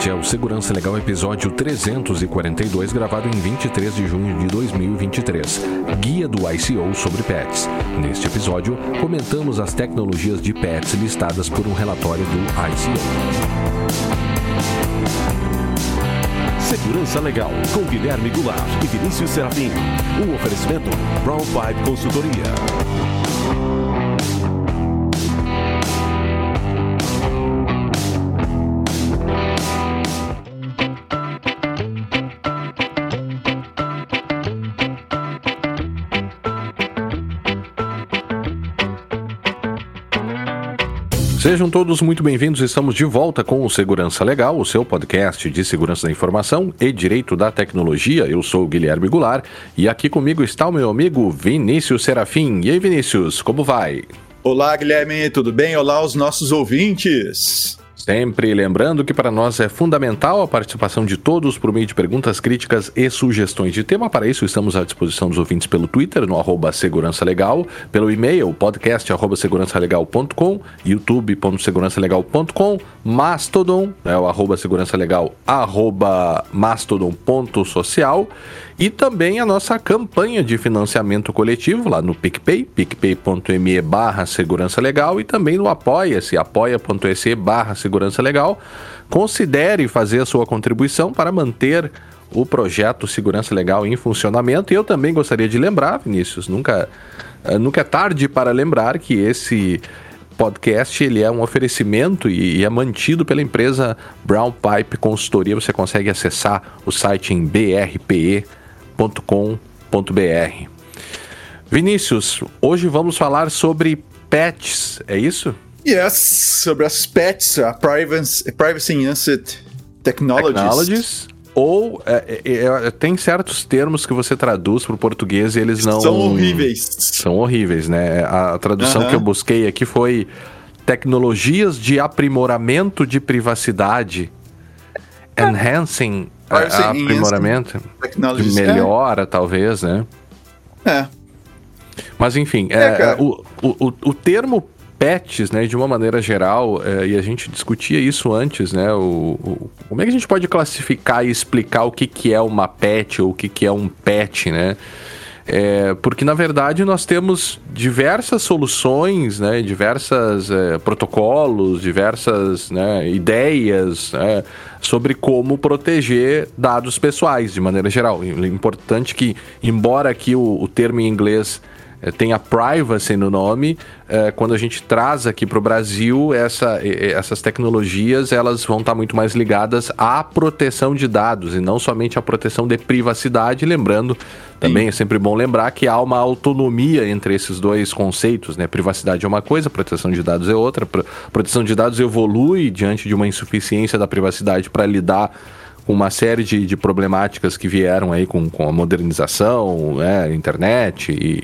Este é o Segurança Legal episódio 342, gravado em 23 de junho de 2023. Guia do ICO sobre pets. Neste episódio, comentamos as tecnologias de pets listadas por um relatório do ICO. Segurança Legal, com Guilherme Goulart e Vinícius Serafim. Um oferecimento Brown Pipe Consultoria. Sejam todos muito bem-vindos, estamos de volta com o Segurança Legal, o seu podcast de segurança da informação e direito da tecnologia. Eu sou o Guilherme Goulart e aqui comigo está o meu amigo Vinícius Serafim. E aí, Vinícius, como vai? Olá, Guilherme, tudo bem? Olá aos nossos ouvintes. Sempre lembrando que para nós é fundamental a participação de todos por meio de perguntas, críticas e sugestões de tema. Para isso, estamos à disposição dos ouvintes pelo Twitter, no @segurançalegal, pelo e-mail, podcast@segurançalegal.com, youtube.segurançalegal.com, Mastodon, o @segurançalegal, @mastodon.social, e também a nossa campanha de financiamento coletivo lá no PicPay, picpay.me/segurançalegal, e também no Apoia-se, apoia.se/segurança legal. Considere fazer a sua contribuição para manter o projeto Segurança Legal em funcionamento. E eu também gostaria de lembrar, Vinícius, nunca é tarde para lembrar que esse podcast ele é um oferecimento e é mantido pela empresa Brown Pipe Consultoria. Você consegue acessar o site em brpe.com.br. Vinícius, hoje vamos falar sobre pets, é isso? Yes, sobre as pets, a Privacy and Asset Technologies. Ou tem certos termos que você traduz para o português e eles não... São horríveis. São horríveis, né? A tradução que eu busquei aqui foi tecnologias de aprimoramento de privacidade. Enhancing, aprimoramento de melhora, talvez, né? Mas enfim, o termo pets, né, de uma maneira geral, e a gente discutia isso antes, né, como é que a gente pode classificar e explicar o que é uma pet ou o que é um pet, né? Porque, na verdade, nós temos diversas soluções, né, diversos protocolos, diversas, né, ideias, sobre como proteger dados pessoais, de maneira geral. É importante que, embora aqui o termo em inglês tenha privacy no nome, quando a gente traz aqui para o Brasil, essas tecnologias elas vão estar muito mais ligadas à proteção de dados e não somente à proteção de privacidade. Lembrando, também é sempre bom lembrar que há uma autonomia entre esses dois conceitos, né? Privacidade é uma coisa, proteção de dados é outra. Proteção de dados evolui diante de uma insuficiência da privacidade para lidar com uma série de problemáticas que vieram aí com a modernização, internet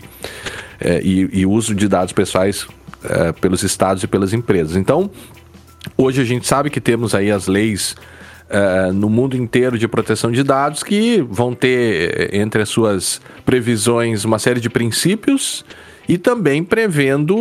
e uso de dados pessoais pelos estados e pelas empresas. Então, hoje a gente sabe que temos aí as leis no mundo inteiro de proteção de dados que vão ter entre as suas previsões uma série de princípios e também prevendo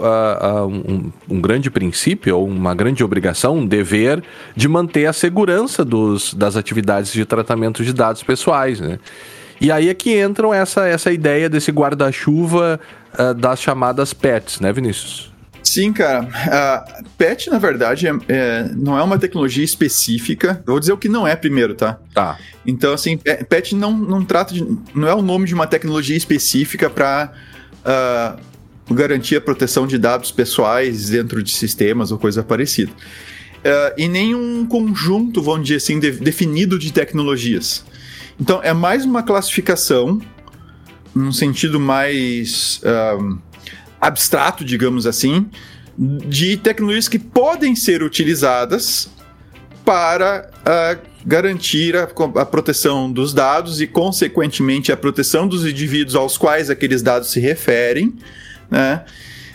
um grande princípio, ou uma grande obrigação, um dever de manter a segurança das atividades de tratamento de dados pessoais, né? E aí é que entram essa ideia desse guarda-chuva das chamadas pets, né, Vinícius? Sim, cara. Pet, na verdade, não é uma tecnologia específica. Vou dizer o que não é primeiro, tá? Tá. Então, assim, pet não é o nome de uma tecnologia específica para garantir a proteção de dados pessoais dentro de sistemas ou coisa parecida. E nem um conjunto, vamos dizer assim, definido de tecnologias. Então, é mais uma classificação, num sentido mais abstrato, digamos assim, de tecnologias que podem ser utilizadas para garantir a proteção dos dados e, consequentemente, a proteção dos indivíduos aos quais aqueles dados se referem, né?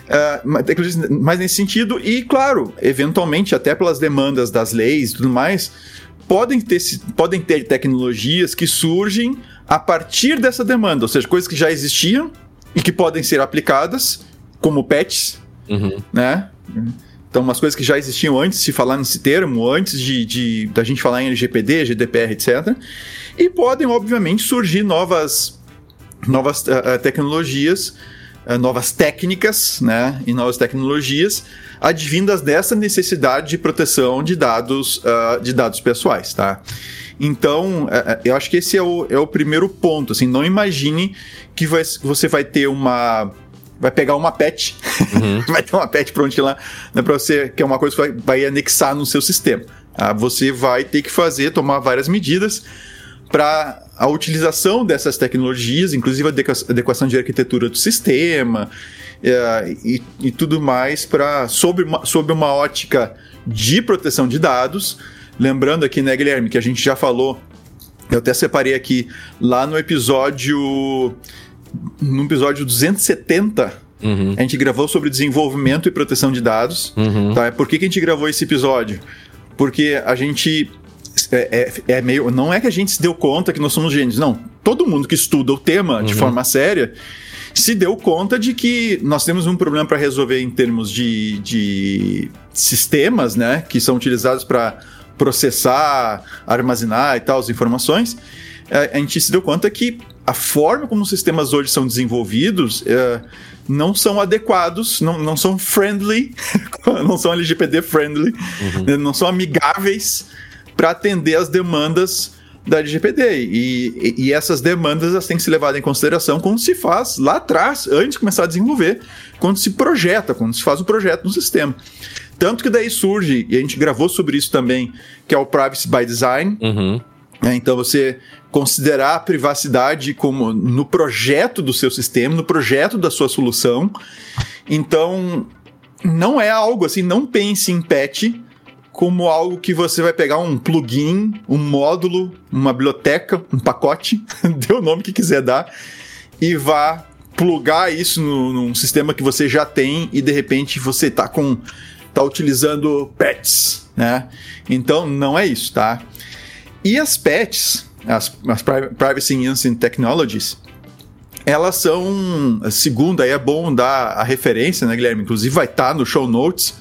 Mas nesse sentido, e claro, eventualmente, até pelas demandas das leis e tudo mais, podem ter tecnologias que surgem a partir dessa demanda, ou seja, coisas que já existiam e que podem ser aplicadas, como patches, né? Então, umas coisas que já existiam antes de se falar nesse termo, antes da gente falar em LGPD, GDPR, etc. E podem, obviamente, surgir novas tecnologias, novas técnicas, né? E novas tecnologias advindas dessa necessidade de proteção de dados pessoais, tá? Então, eu acho que esse é o primeiro ponto. Assim, não imagine que você vai ter vai pegar uma patch, vai ter uma patch pronta lá, né, para você, que é uma coisa que vai anexar no seu sistema. Tá? Você vai ter que tomar várias medidas para a utilização dessas tecnologias, inclusive a adequação de arquitetura do sistema e tudo mais, sob uma ótica de proteção de dados. Lembrando aqui, né, Guilherme, que a gente já falou, eu até separei aqui, lá no episódio 270, a gente gravou sobre desenvolvimento e proteção de dados. Tá? Por que a gente gravou esse episódio? Porque a gente... não é que a gente se deu conta que nós somos gênios, não. Todo mundo que estuda o tema de forma séria se deu conta de que nós temos um problema para resolver em termos de sistemas, né, que são utilizados para processar, armazenar e tal as informações. A gente se deu conta que a forma como os sistemas hoje são desenvolvidos não são adequados, não são friendly, não são LGPD friendly, não são amigáveis para atender as demandas da LGPD. E essas demandas elas têm que ser levadas em consideração quando se faz lá atrás, antes de começar a desenvolver, quando se faz o projeto no sistema. Tanto que daí surge, e a gente gravou sobre isso também, que é o Privacy by Design. Então você considerar a privacidade como no projeto do seu sistema, no projeto da sua solução. Então, não é algo assim, não pense em patch como algo que você vai pegar um plugin, um módulo, uma biblioteca, um pacote, dê o nome que quiser dar, e vá plugar isso num sistema que você já tem e de repente você tá utilizando patches, né? Então, não é isso, tá? E as patches, as Privacy Enhancing Technologies, elas são, segundo, aí é bom dar a referência, né, Guilherme? Inclusive vai estar no show notes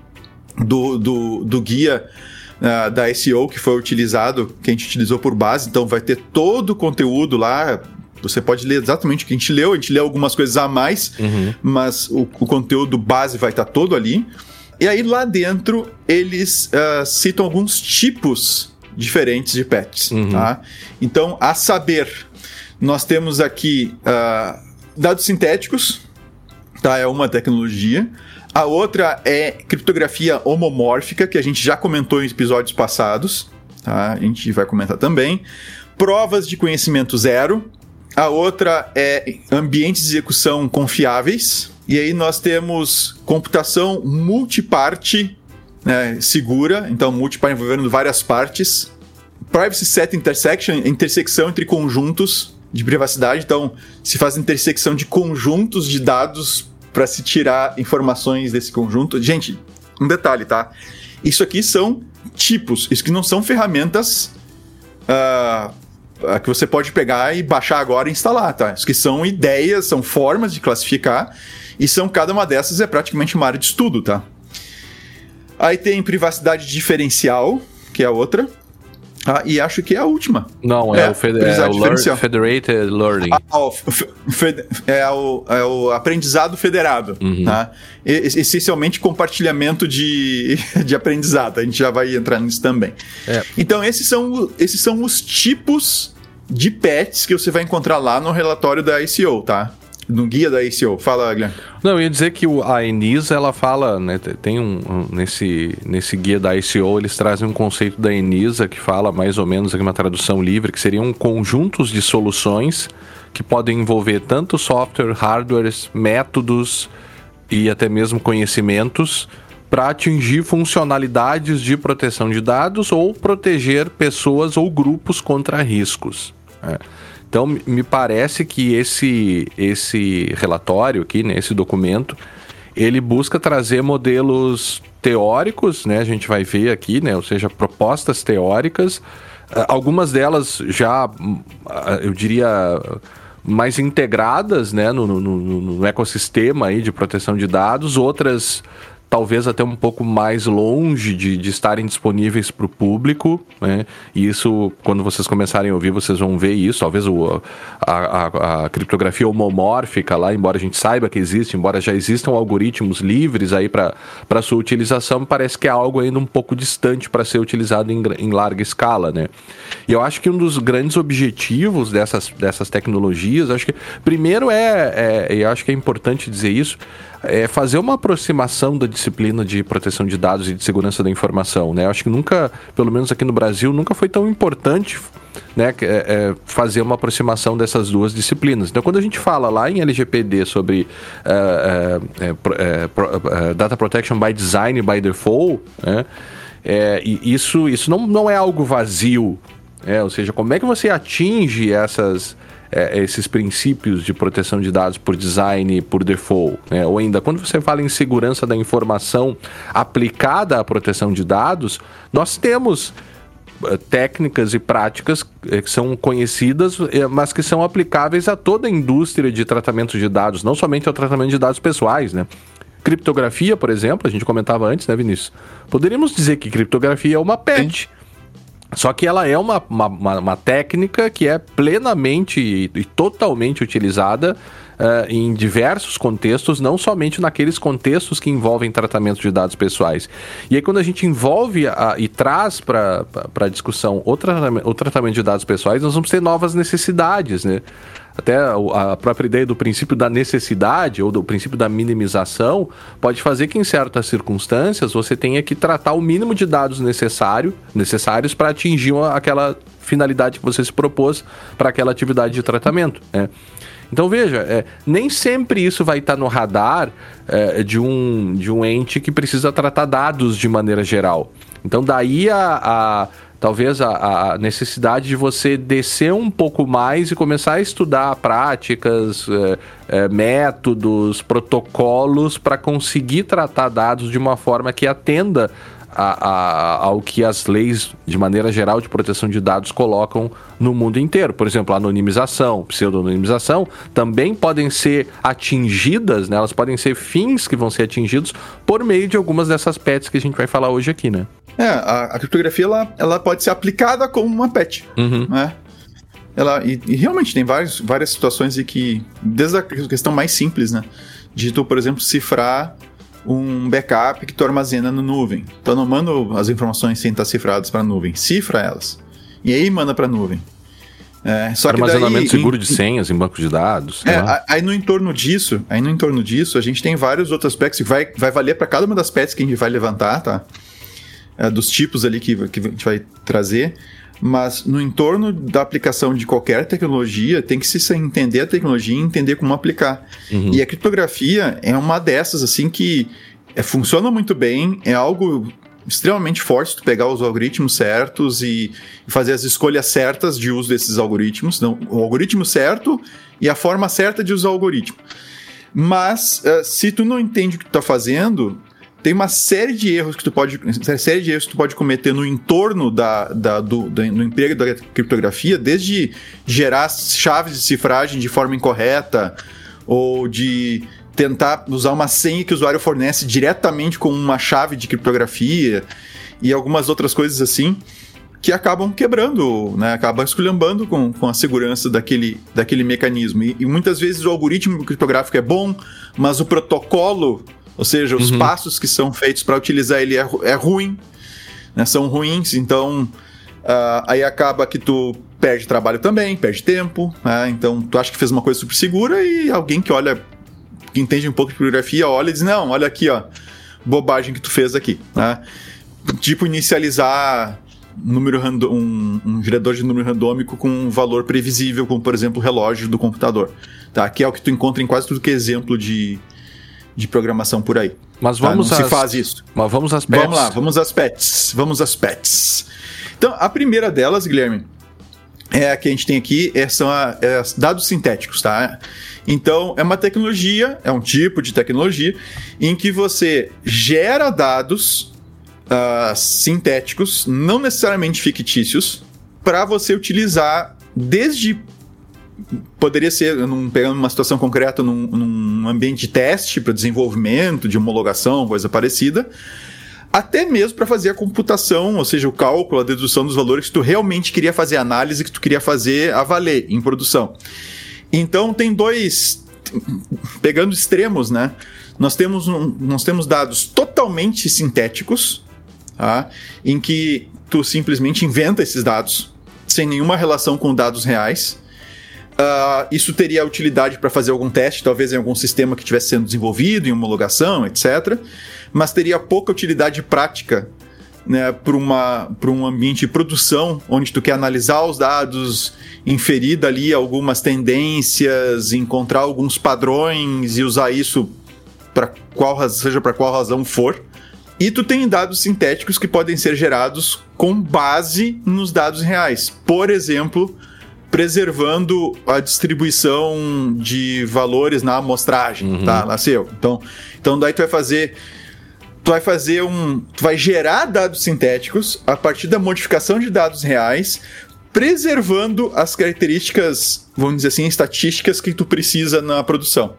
do guia da SEO que foi utilizado, que a gente utilizou por base, então vai ter todo o conteúdo lá. Você pode ler exatamente o que a gente leu algumas coisas a mais, mas o conteúdo base vai estar todo ali. E aí lá dentro eles citam alguns tipos diferentes de patches, tá? Então, a saber, nós temos aqui dados sintéticos, tá? É uma tecnologia. A outra é criptografia homomórfica, que a gente já comentou em episódios passados, tá? A gente vai comentar também. Provas de conhecimento zero. A outra é ambientes de execução confiáveis. E aí nós temos computação multiparte, né, segura, então multiparte envolvendo várias partes. Privacy Set Intersection, intersecção entre conjuntos de privacidade. Então, se faz intersecção de conjuntos de dados para se tirar informações desse conjunto. Gente, um detalhe, tá? Isso aqui são tipos, isso que não são ferramentas que você pode pegar e baixar agora e instalar, tá? Isso que são ideias, são formas de classificar, e cada uma dessas é praticamente uma área de estudo, tá? Aí tem privacidade diferencial, que é a outra. E acho que é a última. Não, é o Federated Learning. É o aprendizado federado. Tá? Essencialmente compartilhamento de aprendizado. A gente já vai entrar nisso também. Então, esses são os tipos de patches que você vai encontrar lá no relatório da ICO, tá? No guia da ICO. Fala, Guilherme. Não, eu ia dizer que a ENISA, ela fala, né, tem nesse guia da ICO, eles trazem um conceito da ENISA que fala mais ou menos aqui uma tradução livre, que seriam conjuntos de soluções que podem envolver tanto software, hardwares, métodos e até mesmo conhecimentos para atingir funcionalidades de proteção de dados ou proteger pessoas ou grupos contra riscos. Então, me parece que esse relatório aqui, né, esse documento, ele busca trazer modelos teóricos, né, a gente vai ver aqui, né, ou seja, propostas teóricas, algumas delas já, eu diria, mais integradas, né, no ecossistema aí de proteção de dados, outras talvez até um pouco mais longe de estarem disponíveis para o público, né? E isso, quando vocês começarem a ouvir, vocês vão ver isso. Talvez a criptografia homomórfica lá, embora a gente saiba que existe, embora já existam algoritmos livres aí para sua utilização, parece que é algo ainda um pouco distante para ser utilizado em larga escala, né? E eu acho que um dos grandes objetivos dessas tecnologias, acho que primeiro eu acho que é importante dizer isso, é fazer uma aproximação da disciplina de proteção de dados e de segurança da informação, né? Eu acho que nunca, pelo menos aqui no Brasil, nunca foi tão importante, né, fazer uma aproximação dessas duas disciplinas. Então, quando a gente fala lá em LGPD sobre Data Protection by Design by Default, né, isso não é algo vazio, ou seja, como é que você atinge esses princípios de proteção de dados por design, por default, né? Ou ainda, quando você fala em segurança da informação aplicada à proteção de dados, nós temos técnicas e práticas que são conhecidas, mas que são aplicáveis a toda a indústria de tratamento de dados, não somente ao tratamento de dados pessoais, né? Criptografia, por exemplo, a gente comentava antes, né, Vinícius? Poderíamos dizer que criptografia é uma PET. Só que ela é uma técnica que é plenamente e totalmente utilizada em diversos contextos, não somente naqueles contextos que envolvem tratamento de dados pessoais. E aí, quando a gente envolve e traz para a discussão o tratamento de dados pessoais, nós vamos ter novas necessidades, né? Até a própria ideia do princípio da necessidade ou do princípio da minimização pode fazer que, em certas circunstâncias, você tenha que tratar o mínimo de dados necessários para atingir aquela finalidade que você se propôs para aquela atividade de tratamento, né? Então, veja, nem sempre isso vai estar no radar de um ente que precisa tratar dados de maneira geral. Então, daí talvez a necessidade de você descer um pouco mais e começar a estudar práticas, métodos, protocolos para conseguir tratar dados de uma forma que atenda ao que as leis, de maneira geral, de proteção de dados colocam no mundo inteiro. Por exemplo, a anonimização, pseudonimização, também podem ser atingidas, né? Elas podem ser fins que vão ser atingidos por meio de algumas dessas PETs que a gente vai falar hoje aqui, né? A criptografia, ela pode ser aplicada como uma PET, né? E realmente tem várias situações em que, desde a questão mais simples, né? De tu, por exemplo, cifrar um backup que tu armazena na nuvem. Então não manda as informações sem estar cifradas para a nuvem, cifra elas. E aí manda para a nuvem. Só armazenamento seguro de senhas em banco de dados. Aí no entorno disso, a gente tem vários outros aspectos que vai valer para cada uma das PETs que a gente vai levantar, tá? Dos tipos ali que a gente vai trazer. Mas no entorno da aplicação de qualquer tecnologia, tem que se entender a tecnologia e entender como aplicar. E a criptografia é uma dessas, assim, que funciona muito bem, é algo extremamente forte, tu pegar os algoritmos certos e fazer as escolhas certas de uso desses algoritmos, não, o algoritmo certo e a forma certa de usar o algoritmo. Mas, se tu não entende o que tu está fazendo, tem uma série de erros que tu pode cometer no entorno do emprego da criptografia, desde gerar chaves de cifragem de forma incorreta, ou de tentar usar uma senha que o usuário fornece diretamente com uma chave de criptografia, e algumas outras coisas assim, que acabam quebrando, né? Acabam esculhambando com a segurança daquele mecanismo. E muitas vezes o algoritmo criptográfico é bom, mas o protocolo, ou seja, os passos que são feitos para utilizar ele é ruim, né? São ruins, então aí acaba que tu perde trabalho também, perde tempo, né? Então tu acha que fez uma coisa super segura e alguém que entende um pouco de criptografia olha e diz, não, olha aqui, ó, bobagem que tu fez aqui, né? Tipo inicializar um gerador de número randômico com um valor previsível, como por exemplo o relógio do computador, tá? Que é o que tu encontra em quase tudo que é exemplo de programação por aí. Mas vamos não se faz isso. Mas vamos às PETs. Vamos lá, vamos às PETs. Então, a primeira delas, Guilherme, a que a gente tem aqui, são dados sintéticos, tá? Então, é uma tecnologia, é um tipo de tecnologia em que você gera dados sintéticos, não necessariamente fictícios, para você utilizar desde poderia ser, pegando uma situação concreta, num ambiente de teste para desenvolvimento, de homologação, coisa parecida, até mesmo para fazer a computação, ou seja, o cálculo, a dedução dos valores que tu realmente queria fazer, a análise que tu queria fazer a valer em produção. Então tem dois, pegando extremos, né? Nós temos dados totalmente sintéticos, tá? Em que tu simplesmente inventa esses dados, sem nenhuma relação com dados reais. Isso teria utilidade para fazer algum teste, talvez em algum sistema que estivesse sendo desenvolvido, em homologação, etc. Mas teria pouca utilidade prática, né, para um ambiente de produção, onde tu quer analisar os dados, inferir dali algumas tendências, encontrar alguns padrões e usar isso seja para qual razão for. E tu tem dados sintéticos que podem ser gerados com base nos dados reais. Por exemplo, preservando a distribuição de valores na amostragem, tá? Nasceu. Então daí tu vai gerar dados sintéticos a partir da modificação de dados reais, preservando as características, vamos dizer assim, estatísticas que tu precisa na produção.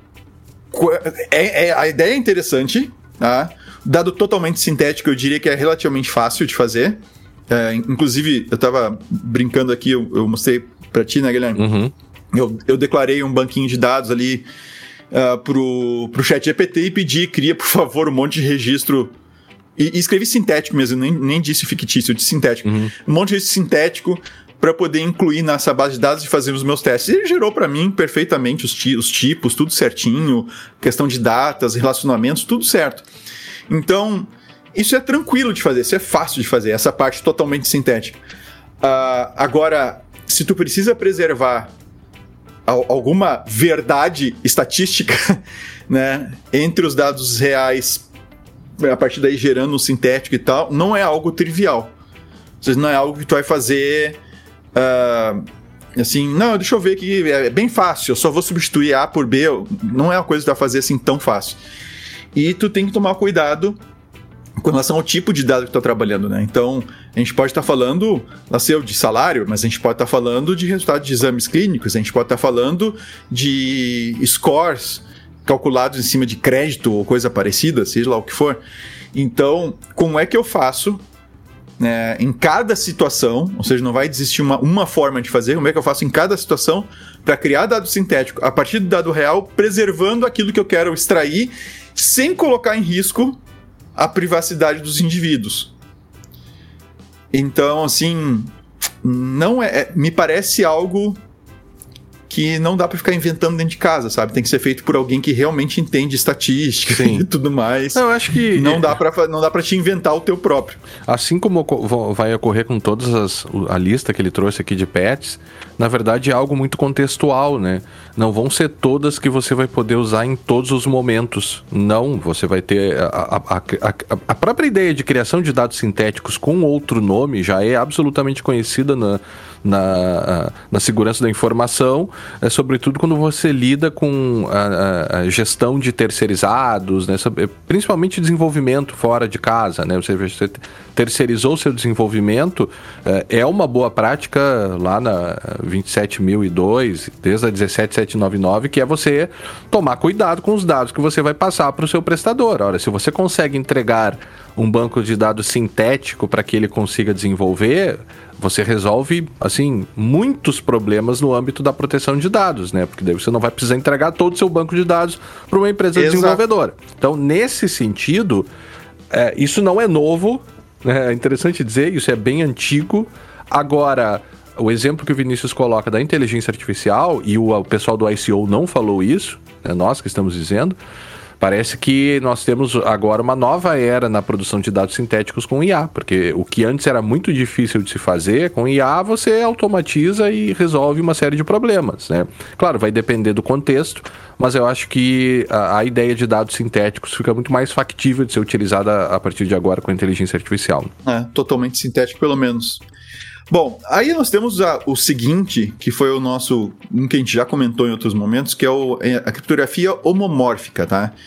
A ideia é interessante, tá? Dado totalmente sintético, eu diria que é relativamente fácil de fazer. Inclusive, eu tava brincando aqui, eu mostrei pra ti, né, Guilherme? Eu declarei um banquinho de dados ali pro ChatGPT e cria, por favor, um monte de registro. E escrevi sintético mesmo, nem disse fictício, eu disse sintético. Um monte de registro sintético para poder incluir nessa base de dados e fazer os meus testes. Ele gerou para mim perfeitamente os tipos, tudo certinho, questão de datas, relacionamentos, tudo certo. Então, isso é tranquilo de fazer, isso é fácil de fazer, essa parte totalmente sintética. Agora, se tu precisa preservar alguma verdade estatística, né, entre os dados reais, a partir daí gerando um sintético e tal, não é algo trivial. Ou seja, não é algo que tu vai fazer assim, não, deixa eu ver aqui, é bem fácil, eu só vou substituir A por B, não é uma coisa que tu vai fazer assim tão fácil. E tu tem que tomar cuidado com relação ao tipo de dado que tu tá trabalhando, né? Então, a gente pode estar falando, nasceu de salário, mas a gente pode estar falando de resultados de exames clínicos, a gente pode estar falando de scores calculados em cima de crédito ou coisa parecida, seja lá o que for. Então, como é que eu faço, né, em cada situação, ou seja, não vai existir uma forma de fazer, como é que eu faço em cada situação para criar dado sintético a partir do dado real, preservando aquilo que eu quero extrair, sem colocar em risco a privacidade dos indivíduos. Então, assim, me parece algo que não dá pra ficar inventando dentro de casa, sabe? Tem que ser feito por alguém que realmente entende estatística e tudo mais. Eu acho que não dá pra te inventar o teu próprio. Assim como vai ocorrer com todas a lista que ele trouxe aqui de pets, na verdade é algo muito contextual, né? Não vão ser todas que você vai poder usar em todos os momentos. Não, você vai ter a própria ideia de criação de dados sintéticos com outro nome já é absolutamente conhecida na segurança da informação, sobretudo quando você lida com a gestão de terceirizados, né, principalmente desenvolvimento fora de casa, né, você terceirizou seu desenvolvimento, é uma boa prática lá na 27002, desde a 17799, que é você tomar cuidado com os dados que você vai passar para o seu prestador. Ora, se você consegue entregar um banco de dados sintético para que ele consiga desenvolver, você resolve, assim, muitos problemas no âmbito da proteção de dados, né? Porque daí você não vai precisar entregar todo o seu banco de dados para uma empresa desenvolvedora. Então, nesse sentido, isso não é novo, é interessante dizer, isso é bem antigo. Agora, o exemplo que o Vinícius coloca da inteligência artificial, e o pessoal do ICO não falou isso, é nós que estamos dizendo, parece que nós temos agora uma nova era na produção de dados sintéticos com IA, porque o que antes era muito difícil de se fazer, com IA você automatiza e resolve uma série de problemas, né? Claro, vai depender do contexto, mas eu acho que a ideia de dados sintéticos fica muito mais factível de ser utilizada a partir de agora com a inteligência artificial. Totalmente sintético, pelo menos. Bom, aí nós temos o seguinte, que foi um que a gente já comentou em outros momentos, que é a criptografia homomórfica, tá?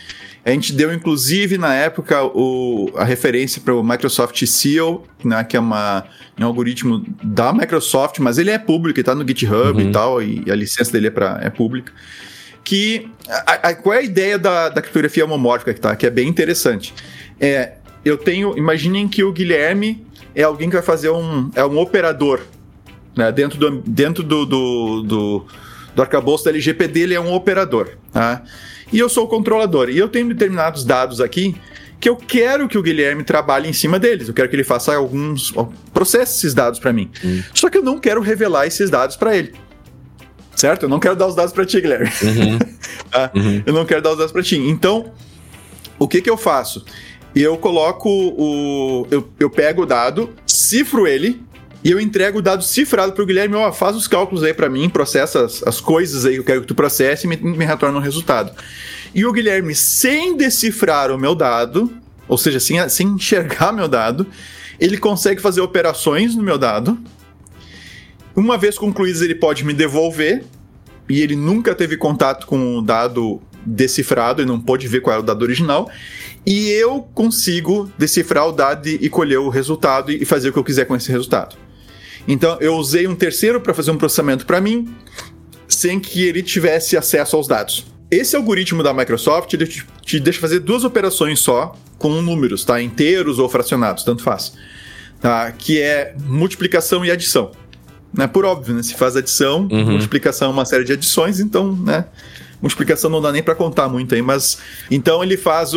A gente deu, inclusive, na época, a referência para o Microsoft Seal, né, que é um algoritmo da Microsoft, mas ele é público, ele está no GitHub e tal, e a licença dele é pública. Qual é a ideia da criptografia homomórfica que é bem interessante? Imaginem que o Guilherme é alguém que vai fazer um operador, né, dentro do arcabouço da LGPD, ele é um operador, tá? E eu sou o controlador, e eu tenho determinados dados aqui que eu quero que o Guilherme trabalhe em cima deles, eu quero que ele faça processe esses dados para mim. Só que eu não quero revelar esses dados para ele, certo? Eu não quero dar os dados para ti, Guilherme. Tá? Eu não quero dar os dados para ti. Então, o que eu faço? Eu coloco eu pego o dado, cifro ele, e eu entrego o dado cifrado pro Guilherme, faz os cálculos aí pra mim, processa as coisas aí que eu quero que tu processe e me retorna um resultado. E o Guilherme, sem decifrar o meu dado, ou seja, sem enxergar meu dado, ele consegue fazer operações no meu dado. Uma vez concluídas, ele pode me devolver, e ele nunca teve contato com o dado decifrado, ele não pôde ver qual é o dado original, e eu consigo decifrar o dado e colher o resultado e fazer o que eu quiser com esse resultado. Então, eu usei um terceiro para fazer um processamento para mim, sem que ele tivesse acesso aos dados. Esse algoritmo da Microsoft ele te deixa fazer 2 operações só, com números, tá? Inteiros ou fracionados, tanto faz. Tá? Que é multiplicação e adição. Né? Por óbvio, né? Se faz adição, multiplicação é uma série de adições, então, né? Multiplicação não dá nem para contar muito aí, mas... Então, ele faz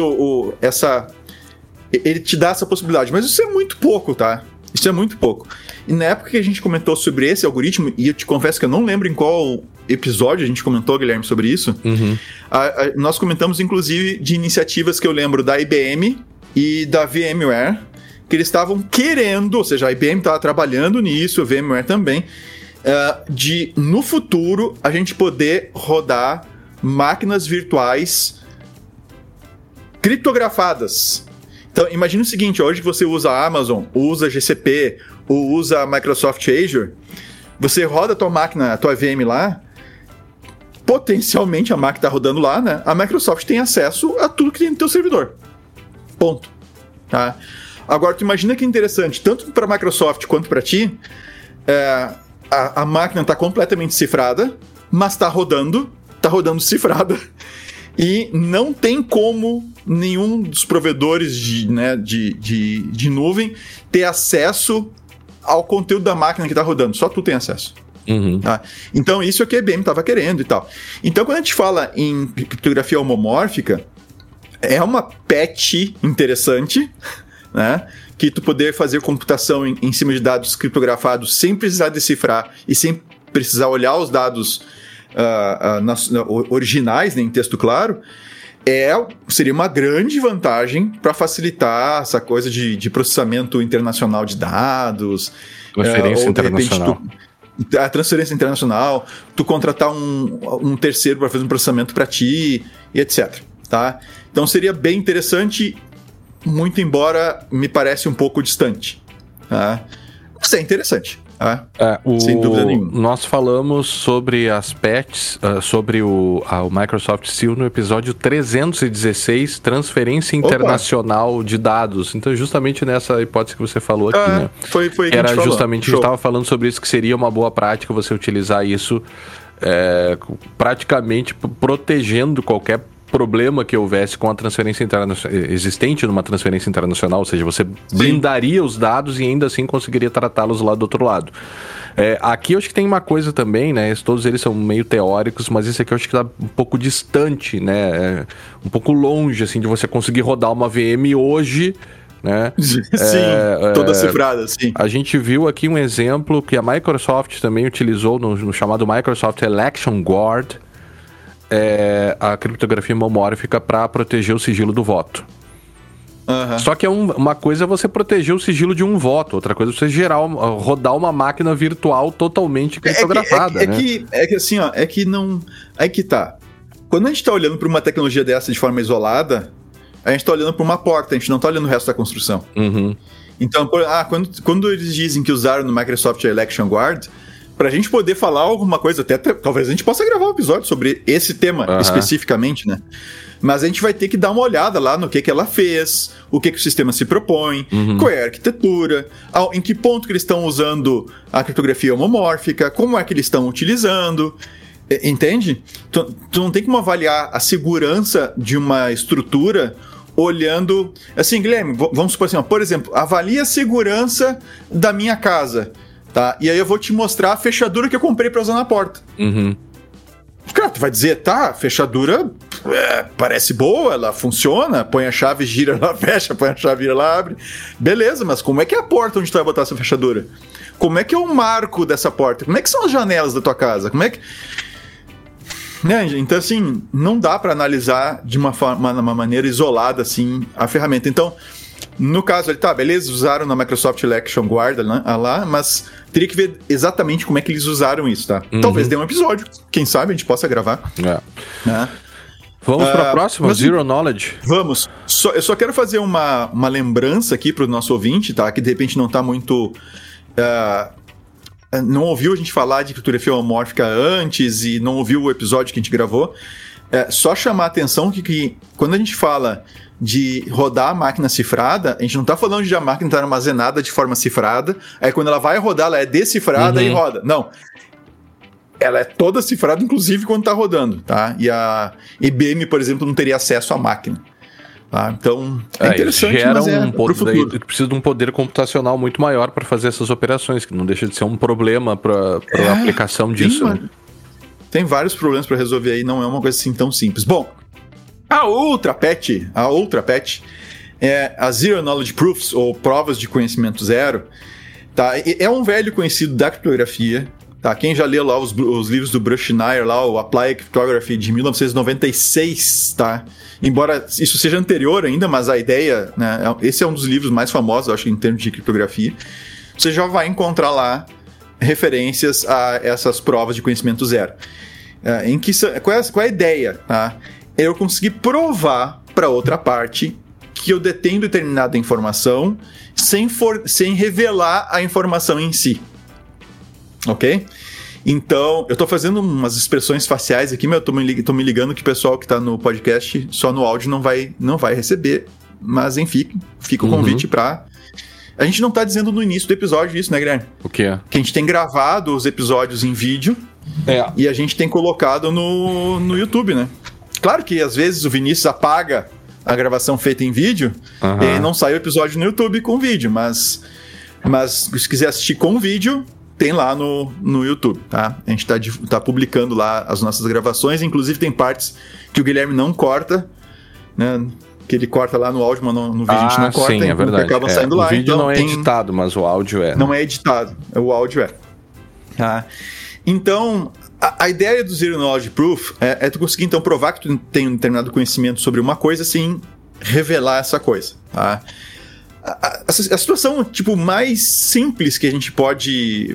ele te dá essa possibilidade, mas isso é muito pouco, tá? Isso é muito pouco. E na época que a gente comentou sobre esse algoritmo, e eu te confesso que eu não lembro em qual episódio a gente comentou, Guilherme, sobre isso, nós comentamos, inclusive, de iniciativas que eu lembro da IBM e da VMware, que eles estavam querendo, ou seja, a IBM estava trabalhando nisso, a VMware também, de, no futuro, a gente poder rodar máquinas virtuais criptografadas. Então, imagine o seguinte, hoje que você usa a Amazon, usa GCP, ou usa a Microsoft Azure, você roda a tua máquina, a tua VM lá, potencialmente a máquina está rodando lá, né? A Microsoft tem acesso a tudo que tem no teu servidor. Ponto. Tá? Agora, tu imagina que interessante, tanto para a Microsoft quanto para ti, a máquina está completamente cifrada, mas está rodando cifrada. E não tem como nenhum dos provedores de nuvem ter acesso ao conteúdo da máquina que está rodando. Só tu tem acesso. Tá? Então, isso é o que a IBM estava querendo e tal. Então, quando a gente fala em criptografia homomórfica, é uma patch interessante, né? Que tu poder fazer computação em cima de dados criptografados sem precisar decifrar e sem precisar olhar os dados originais, né, em texto claro, seria uma grande vantagem para facilitar essa coisa de processamento internacional de dados. Transferência internacional. A transferência internacional, tu contratar um terceiro para fazer um processamento para ti, e etc. Tá? Então seria bem interessante, muito embora me parece um pouco distante. Tá? Mas é interessante. Sem dúvida nenhuma. Nós falamos sobre as patches, sobre o Microsoft Seal no episódio 316, transferência internacional de dados. Então, justamente nessa hipótese que você falou aqui, né? Foi que era a gente justamente, a gente estava falando sobre isso, que seria uma boa prática você utilizar isso praticamente protegendo qualquer problema que houvesse com a transferência existente numa transferência internacional, ou seja, você blindaria os dados e ainda assim conseguiria tratá-los lá do outro lado. Aqui eu acho que tem uma coisa também, né? Todos eles são meio teóricos, mas esse aqui eu acho que está um pouco distante, né? Um pouco longe, assim, de você conseguir rodar uma VM hoje, né? Sim, toda cifrada, sim. A gente viu aqui um exemplo que a Microsoft também utilizou no chamado Microsoft Election Guard, a criptografia homomórfica para proteger o sigilo do voto. Só que uma coisa é você proteger o sigilo de um voto, outra coisa é você rodar uma máquina virtual totalmente criptografada. Aí que tá. Quando a gente tá olhando para uma tecnologia dessa de forma isolada, a gente tá olhando para uma porta, a gente não tá olhando o resto da construção. Então, quando eles dizem que usaram no Microsoft Election Guard, pra gente poder falar alguma coisa, até talvez a gente possa gravar um episódio sobre esse tema especificamente, né? Mas a gente vai ter que dar uma olhada lá no que ela fez, o que o sistema se propõe, qual é a arquitetura, em que ponto que eles estão usando a criptografia homomórfica, como é que eles estão utilizando, entende? Tu não tem como avaliar a segurança de uma estrutura olhando... Assim, Guilherme, vamos supor assim, por exemplo, avalia a segurança da minha casa, tá? E aí eu vou te mostrar a fechadura que eu comprei para usar na porta. Cara, tu vai dizer, tá, a fechadura parece boa, ela funciona, põe a chave, gira, ela fecha, põe a chave, gira, ela abre. Beleza, mas como é que é a porta onde tu vai botar essa fechadura? Como é que é o marco dessa porta? Como é que são as janelas da tua casa? Como é que... Né? Então, assim, não dá para analisar de uma maneira isolada, assim, a ferramenta. Então, no caso ali, tá, beleza, usaram na Microsoft Election Guard lá, mas teria que ver exatamente como é que eles usaram isso, tá? Talvez dê um episódio, quem sabe a gente possa gravar. Né? Vamos para a próxima, Zero Knowledge. Vamos. Eu só quero fazer uma lembrança aqui para o nosso ouvinte, tá? Que de repente não tá muito... não ouviu a gente falar de criptografia homomórfica antes e não ouviu o episódio que a gente gravou. Só chamar a atenção que quando a gente fala de rodar a máquina cifrada, a gente não está falando de a máquina estar armazenada de forma cifrada, aí quando ela vai rodar, ela é decifrada e roda. Não. Ela é toda cifrada, inclusive quando está rodando, tá? E a IBM, por exemplo, não teria acesso à máquina. Tá? Então, é interessante, mas pro futuro. Precisa de um poder computacional muito maior para fazer essas operações, que não deixa de ser um problema para a aplicação disso. Tem vários problemas para resolver aí, não é uma coisa assim tão simples. Bom, a outra patch é a Zero Knowledge Proofs, ou provas de conhecimento zero. Tá? É um velho conhecido da criptografia. Tá? Quem já leu lá os livros do Bruce Schneier, lá, o Applied Cryptography de 1996, tá? Embora isso seja anterior ainda, mas a ideia, né, esse é um dos livros mais famosos, eu acho, em termos de criptografia. Você já vai encontrar referências a essas provas de conhecimento zero. Qual é a ideia? Tá? Eu conseguir provar para outra parte que eu detenho determinada informação sem revelar a informação em si. Ok? Então, eu estou fazendo umas expressões faciais aqui, mas eu tô me ligando que o pessoal que está no podcast, só no áudio, não vai receber. Mas, enfim, fica o convite para... A gente não tá dizendo no início do episódio isso, né, Guilherme? O quê? Que a gente tem gravado os episódios em vídeo e a gente tem colocado no YouTube, né? Claro que às vezes o Vinícius apaga a gravação feita em vídeo e não sai o episódio no YouTube com vídeo, mas se quiser assistir com vídeo, tem lá no YouTube, tá? A gente tá publicando lá as nossas gravações, inclusive tem partes que o Guilherme não corta, né? Que ele corta lá no áudio, mas no vídeo a gente não corta. Sim, é verdade. Acabam saindo lá. O vídeo não é editado, mas o áudio é. Não é editado, o áudio é. Tá? Então, a ideia do Zero Knowledge Proof é tu conseguir, então, provar que tu tem um determinado conhecimento sobre uma coisa sem revelar essa coisa, tá? A situação, tipo, mais simples que a gente pode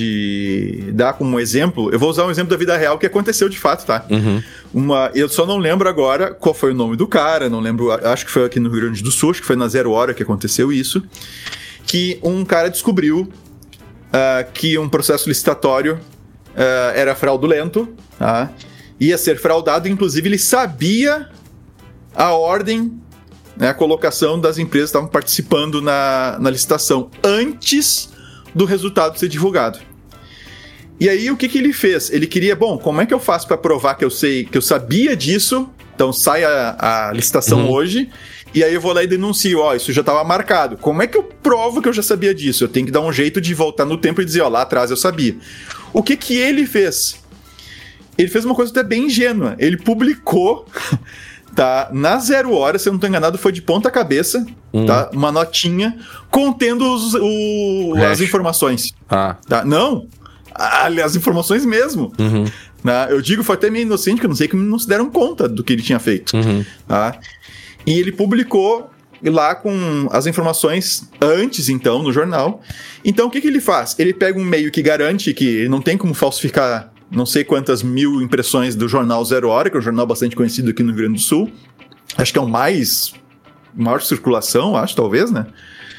dar como exemplo, eu vou usar um exemplo da vida real que aconteceu de fato, tá? Eu só não lembro agora qual foi o nome do cara, não lembro, acho que foi aqui no Rio Grande do Sul, acho que foi na 0 hora que aconteceu isso, que um cara descobriu que um processo licitatório era fraudulento, tá? Ia ser fraudado, inclusive ele sabia a ordem, a colocação das empresas que estavam participando na licitação antes do resultado ser divulgado. E aí, o que ele fez? Ele queria, como é que eu faço para provar que eu sabia disso? Então, sai a licitação hoje, e aí eu vou lá e denuncio, isso já estava marcado. Como é que eu provo que eu já sabia disso? Eu tenho que dar um jeito de voltar no tempo e dizer, lá atrás eu sabia. O que ele fez? Ele fez uma coisa até bem ingênua. Ele publicou... Tá, na 0 hora, se eu não estou enganado, foi de ponta cabeça, tá? Uma notinha contendo as informações. Tá? Não, as informações mesmo. Tá? Eu digo, foi até meio inocente, que eu não sei que não se deram conta do que ele tinha feito. Tá? E ele publicou lá com as informações antes, então, no jornal. Então, o que ele faz? Ele pega um meio que garante que não tem como falsificar não sei quantas mil impressões do jornal 0 hora, que é um jornal bastante conhecido aqui no Rio Grande do Sul. Acho que é o maior circulação, acho, talvez, né?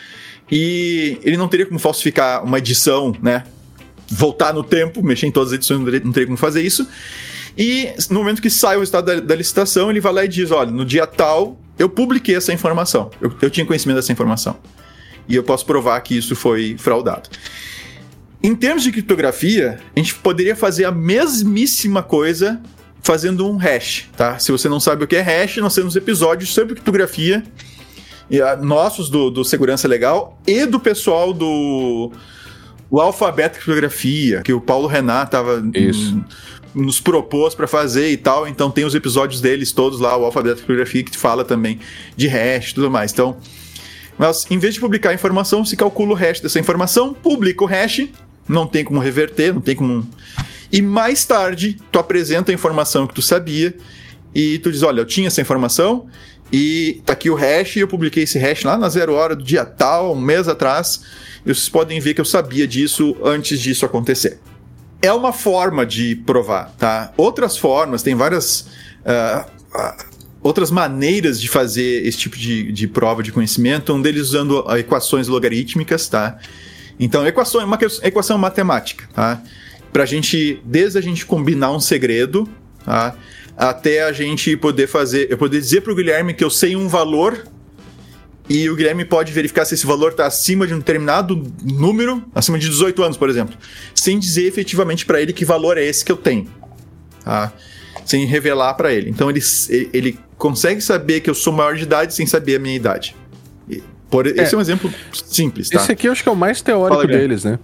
E ele não teria como falsificar uma edição, né? Voltar no tempo, mexer em todas as edições, não teria como fazer isso. E no momento que sai o resultado da licitação, ele vai lá e diz, olha, no dia tal, eu publiquei essa informação. Eu tinha conhecimento dessa informação. E eu posso provar que isso foi fraudado. Em termos de criptografia, a gente poderia fazer a mesmíssima coisa fazendo um hash, tá? Se você não sabe o que é hash, nós temos episódios sobre criptografia, nossos do Segurança Legal e do pessoal do Alfabeto Criptografia, que o Paulo Renato nos propôs para fazer e tal. Então tem os episódios deles todos lá, o Alfabeto Criptografia, que fala também de hash e tudo mais. Então, mas em vez de publicar a informação, se calcula o hash dessa informação, publica o hash, não tem como reverter, não tem como... E mais tarde, tu apresenta a informação que tu sabia e tu diz, olha, eu tinha essa informação e tá aqui o hash, e eu publiquei esse hash lá na 0 hora do dia tal, um mês atrás, e vocês podem ver que eu sabia disso antes disso acontecer. É uma forma de provar, tá? Outras formas, tem várias outras maneiras de fazer esse tipo de prova de conhecimento, um deles usando equações logarítmicas, tá? Então, uma equação matemática, tá? Pra gente, desde a gente combinar um segredo, tá? Até a gente poder eu poder dizer pro Guilherme que eu sei um valor e o Guilherme pode verificar se esse valor está acima de um determinado número, acima de 18 anos, por exemplo, sem dizer efetivamente para ele que valor é esse que eu tenho, tá? Sem revelar para ele. Então ele consegue saber que eu sou maior de idade sem saber a minha idade. Esse é um exemplo simples, tá? Esse aqui eu acho que é o mais teórico deles, né?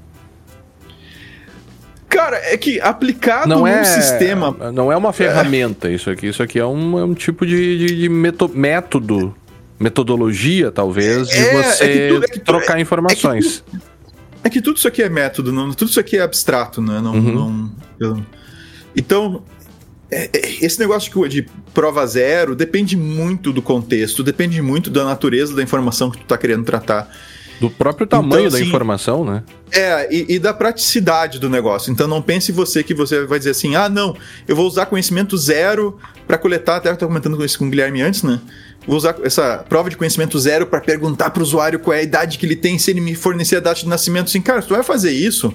Cara, é que aplicado num sistema... Não é uma ferramenta isso aqui. Isso aqui é um tipo de método, metodologia, talvez, de você trocar informações. É que tudo isso aqui é método, tudo isso aqui é abstrato, né? Então, esse negócio de prova zero depende muito do contexto, depende muito da natureza da informação que tu tá querendo tratar. Do próprio tamanho da informação, né? E da praticidade do negócio. Então não pense você que você vai dizer assim, não, eu vou usar conhecimento zero para coletar, até eu estava comentando isso com o Guilherme antes, né? Vou usar essa prova de conhecimento zero para perguntar para o usuário qual é a idade que ele tem, se ele me fornecer a data de nascimento. Assim, cara, se tu vai fazer isso,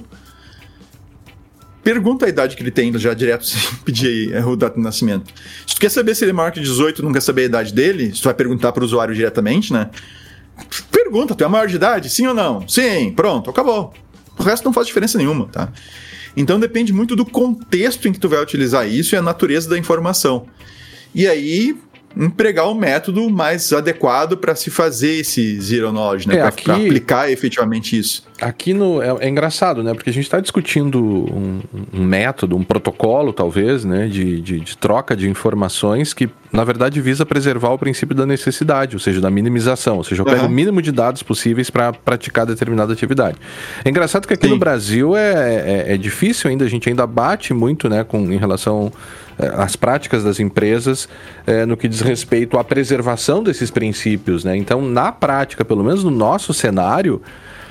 pergunta a idade que ele tem já direto, sem pedir o data de nascimento. Se tu quer saber se ele é maior que 18 e não quer saber a idade dele, se tu vai perguntar para o usuário diretamente, né? Pergunta, tu é maior de idade? Sim ou não? Sim, pronto, acabou. O resto não faz diferença nenhuma, tá? Então depende muito do contexto em que tu vai utilizar isso e a natureza da informação. E aí, empregar o método mais adequado para se fazer esse zero knowledge, né? Para aplicar efetivamente isso. Aqui é engraçado, né? Porque a gente está discutindo um método, um protocolo, talvez, né? De troca de informações que, na verdade, visa preservar o princípio da necessidade, ou seja, da minimização. Ou seja, eu pego o mínimo de dados possíveis para praticar determinada atividade. É engraçado que aqui no Brasil é difícil ainda, a gente ainda bate muito, né? Em relação às práticas das empresas no que diz respeito à preservação desses princípios, né? Então, na prática, pelo menos no nosso cenário,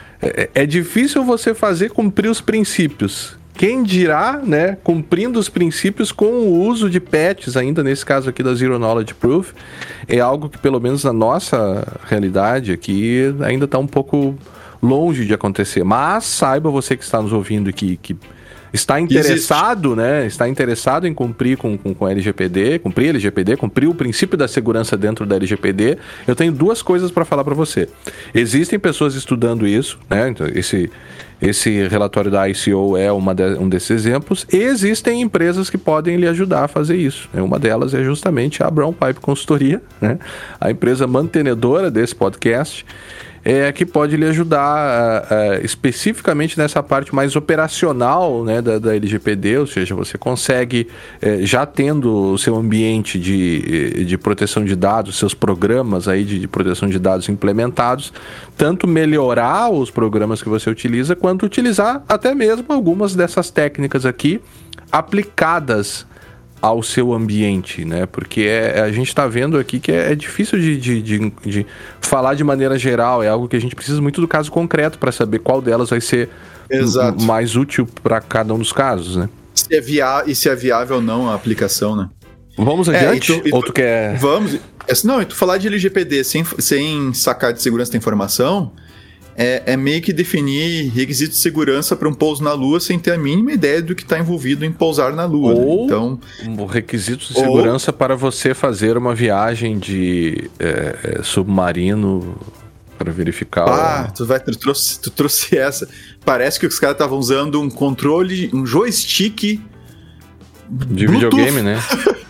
é difícil você fazer cumprir os princípios. Quem dirá, né, cumprindo os princípios com o uso de patches, ainda nesse caso aqui da Zero Knowledge Proof, é algo que, pelo menos na nossa realidade aqui, ainda está um pouco longe de acontecer. Mas saiba você que está nos ouvindo que está interessado, né? Está interessado em cumprir com LGPD, cumprir LGPD, cumprir o princípio da segurança dentro da LGPD. Eu tenho duas coisas para falar para você. Existem pessoas estudando isso, né? Então, esse relatório da ICO é um desses exemplos. E existem empresas que podem lhe ajudar a fazer isso. Uma delas é justamente a Brown Pipe Consultoria, né? A empresa mantenedora desse podcast, que pode lhe ajudar especificamente nessa parte mais operacional, né, da LGPD, ou seja, você consegue, já tendo o seu ambiente de proteção de dados, seus programas aí de proteção de dados implementados, tanto melhorar os programas que você utiliza, quanto utilizar até mesmo algumas dessas técnicas aqui aplicadas ao seu ambiente, né? Porque a gente está vendo aqui que é difícil de falar de maneira geral, é algo que a gente precisa muito do caso concreto para saber qual delas vai ser mais útil para cada um dos casos, né? Se é viável ou não a aplicação, né? Vamos adiante? Ou tu quer... Vamos. Não, e tu falar de LGPD sem sacar de segurança da informação é meio que definir requisitos de segurança para um pouso na Lua sem ter a mínima ideia do que está envolvido em pousar na Lua. Ou né? Então, requisitos de segurança para você fazer uma viagem de submarino para verificar... Tu trouxe essa. Parece que os caras estavam usando um controle, um joystick... De Bluetooth. videogame, né?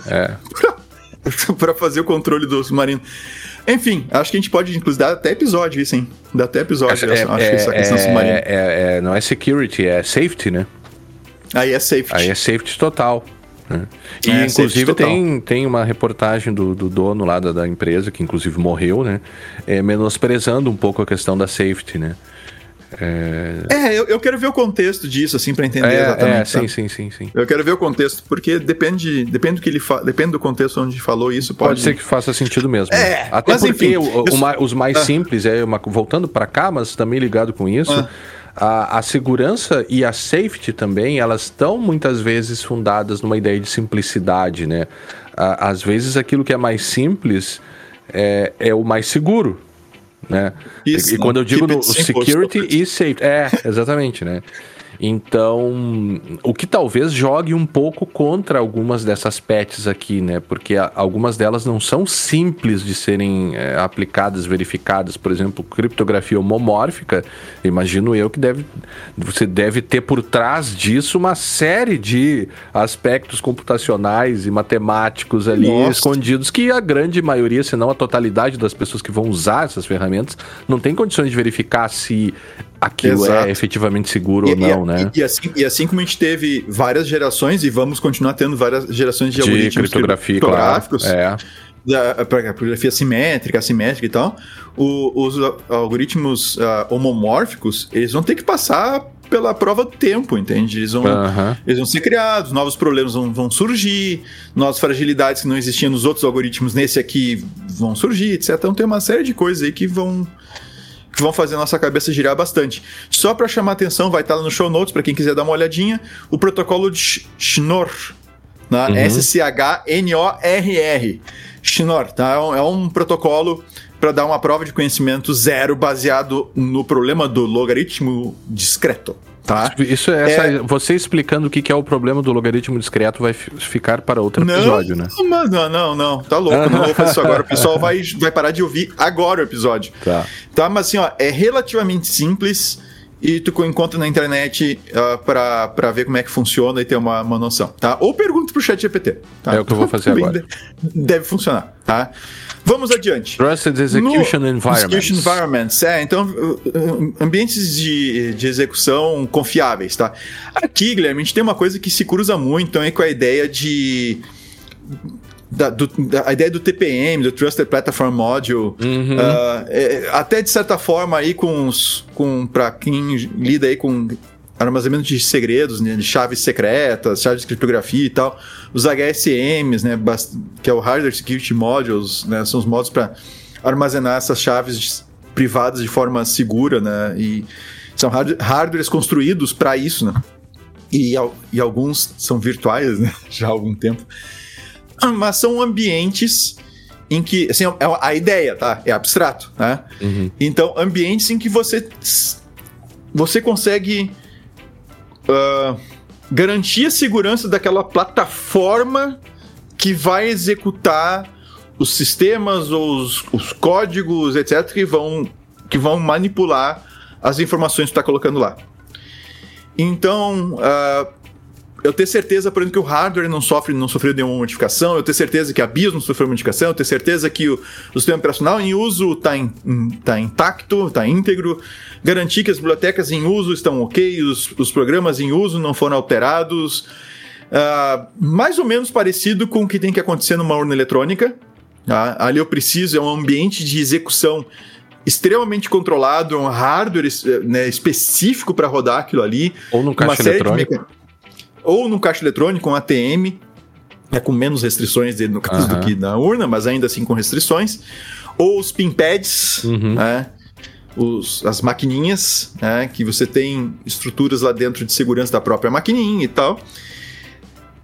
Para fazer o controle do submarino. Enfim, acho que a gente pode, inclusive, dar até episódio isso, hein? Dá até episódio, acho que essa questão submarina. Não é security, é safety, né? Aí é safety. Aí é safety total. Né? E, inclusive, tem uma reportagem do dono lá da empresa, que inclusive morreu, né? Menosprezando um pouco a questão da safety, né? Eu quero ver o contexto disso, assim, pra entender exatamente. Sim. Eu quero ver o contexto, porque depende do que ele depende do contexto onde falou isso. Pode ser que faça sentido mesmo. Até mas, porque enfim, os mais simples, voltando para cá, mas também ligado com isso, a segurança e a safety também, elas estão muitas vezes fundadas numa ideia de simplicidade, né? Às vezes aquilo que é mais simples é o mais seguro. Né? Isso, e quando eu digo no security e safety, exatamente, né? Então, o que talvez jogue um pouco contra algumas dessas patches aqui, né? Porque algumas delas não são simples de serem aplicadas, verificadas. Por exemplo, criptografia homomórfica, imagino eu que você deve ter por trás disso uma série de aspectos computacionais e matemáticos ali escondidos que a grande maioria, se não a totalidade das pessoas que vão usar essas ferramentas, não tem condições de verificar se aquilo é efetivamente seguro ou não, né? E assim como a gente teve várias gerações, e vamos continuar tendo várias gerações de algoritmos criptográficos, da criptografia simétrica, assimétrica e tal, os algoritmos homomórficos, eles vão ter que passar pela prova do tempo, entende? Eles vão ser criados, novos problemas vão surgir, novas fragilidades que não existiam nos outros algoritmos, nesse aqui vão surgir, etc. Então tem uma série de coisas aí que vão fazer a nossa cabeça girar bastante. Só para chamar atenção, vai estar lá no show notes, para quem quiser dar uma olhadinha, o protocolo de Schnorr, né? SCHNORR. Schnorr, tá? É um protocolo para dar uma prova de conhecimento zero baseado no problema do logaritmo discreto. Tá? Isso você explicando o que é o problema do logaritmo discreto vai ficar para outro episódio, né? Não. Tá louco, não vou fazer isso agora. O pessoal vai parar de ouvir agora o episódio. Tá, mas assim, é relativamente simples e tu encontra na internet para ver como é que funciona e ter uma noção, tá? Ou pergunta pro ChatGPT. Tá? É o que eu vou fazer agora. Deve funcionar, tá? Vamos adiante. Trusted Execution Environments. Então, ambientes de execução confiáveis, tá? Aqui, Guilherme, a gente tem uma coisa que se cruza muito, então, com a ideia a ideia do TPM, do Trusted Platform Module, até de certa forma aí para quem lida aí com armazenamento de segredos, né, de chaves secretas, chaves de criptografia e tal, os HSMs, né, que é o Hardware Security Modules, né, são os módulos para armazenar essas chaves privadas de forma segura, né, e são hardwares construídos para isso, né, e alguns são virtuais, né, já há algum tempo, mas são ambientes em que, assim, a ideia, tá, é abstrato, né, então ambientes em que você consegue garantir a segurança daquela plataforma que vai executar os sistemas, os códigos, etc., que vão manipular as informações que tu está colocando lá. Então, eu tenho certeza, por exemplo, que o hardware não sofreu nenhuma modificação, eu tenho certeza que a BIOS não sofreu modificação, eu tenho certeza que o sistema operacional em uso está intacto, está íntegro, garantir que as bibliotecas em uso estão ok, os programas em uso não foram alterados, mais ou menos parecido com o que tem que acontecer numa urna eletrônica. Tá? Ali eu preciso, é um ambiente de execução extremamente controlado, um hardware, né, específico para rodar aquilo ali. Ou num caixa eletrônico. Ou no caixa eletrônico, um ATM, com menos restrições no caso do que na urna, mas ainda assim com restrições. Ou os pinpads, né? As maquininhas, né? Que você tem estruturas lá dentro de segurança da própria maquininha e tal.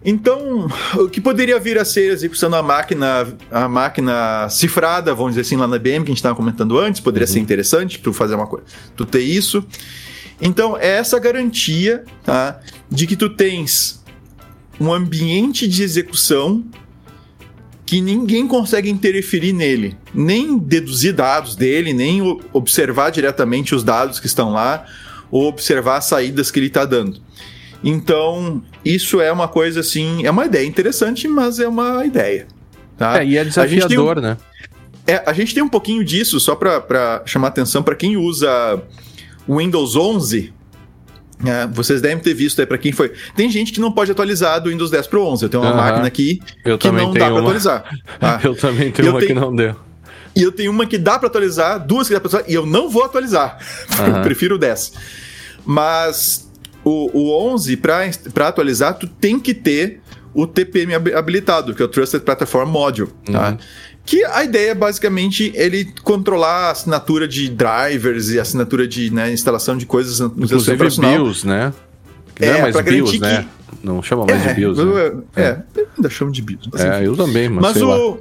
Então, o que poderia vir a ser execução a máquina cifrada, vamos dizer assim, lá na IBM, que a gente estava comentando antes, poderia ser interessante tu fazer uma coisa, tu ter isso. Então, é essa garantia, tá, de que tu tens um ambiente de execução que ninguém consegue interferir nele, nem deduzir dados dele, nem observar diretamente os dados que estão lá, ou observar as saídas que ele está dando. Então, isso é uma coisa assim, é uma ideia interessante, mas é uma ideia. Tá? E é desafiador, né? A gente tem um pouquinho disso, só para chamar atenção, para quem usa Windows 11, vocês devem ter visto aí para quem foi. Tem gente que não pode atualizar do Windows 10 para o 11. Eu tenho uma máquina aqui que não dá para atualizar. Tá? Eu também tenho uma que não deu. E eu tenho uma que dá para atualizar, duas que dá para atualizar, e eu não vou atualizar. Eu prefiro o 10. Mas o 11, para atualizar, tu tem que ter o TPM habilitado, que é o Trusted Platform Module. Tá? Que a ideia é basicamente ele controlar a assinatura de drivers e a assinatura de instalação de coisas no seu sistema operacional. BIOS, né? Não é mais BIOS, né? Não chama mais de BIOS. Ainda chamo de BIOS. Eu também, mas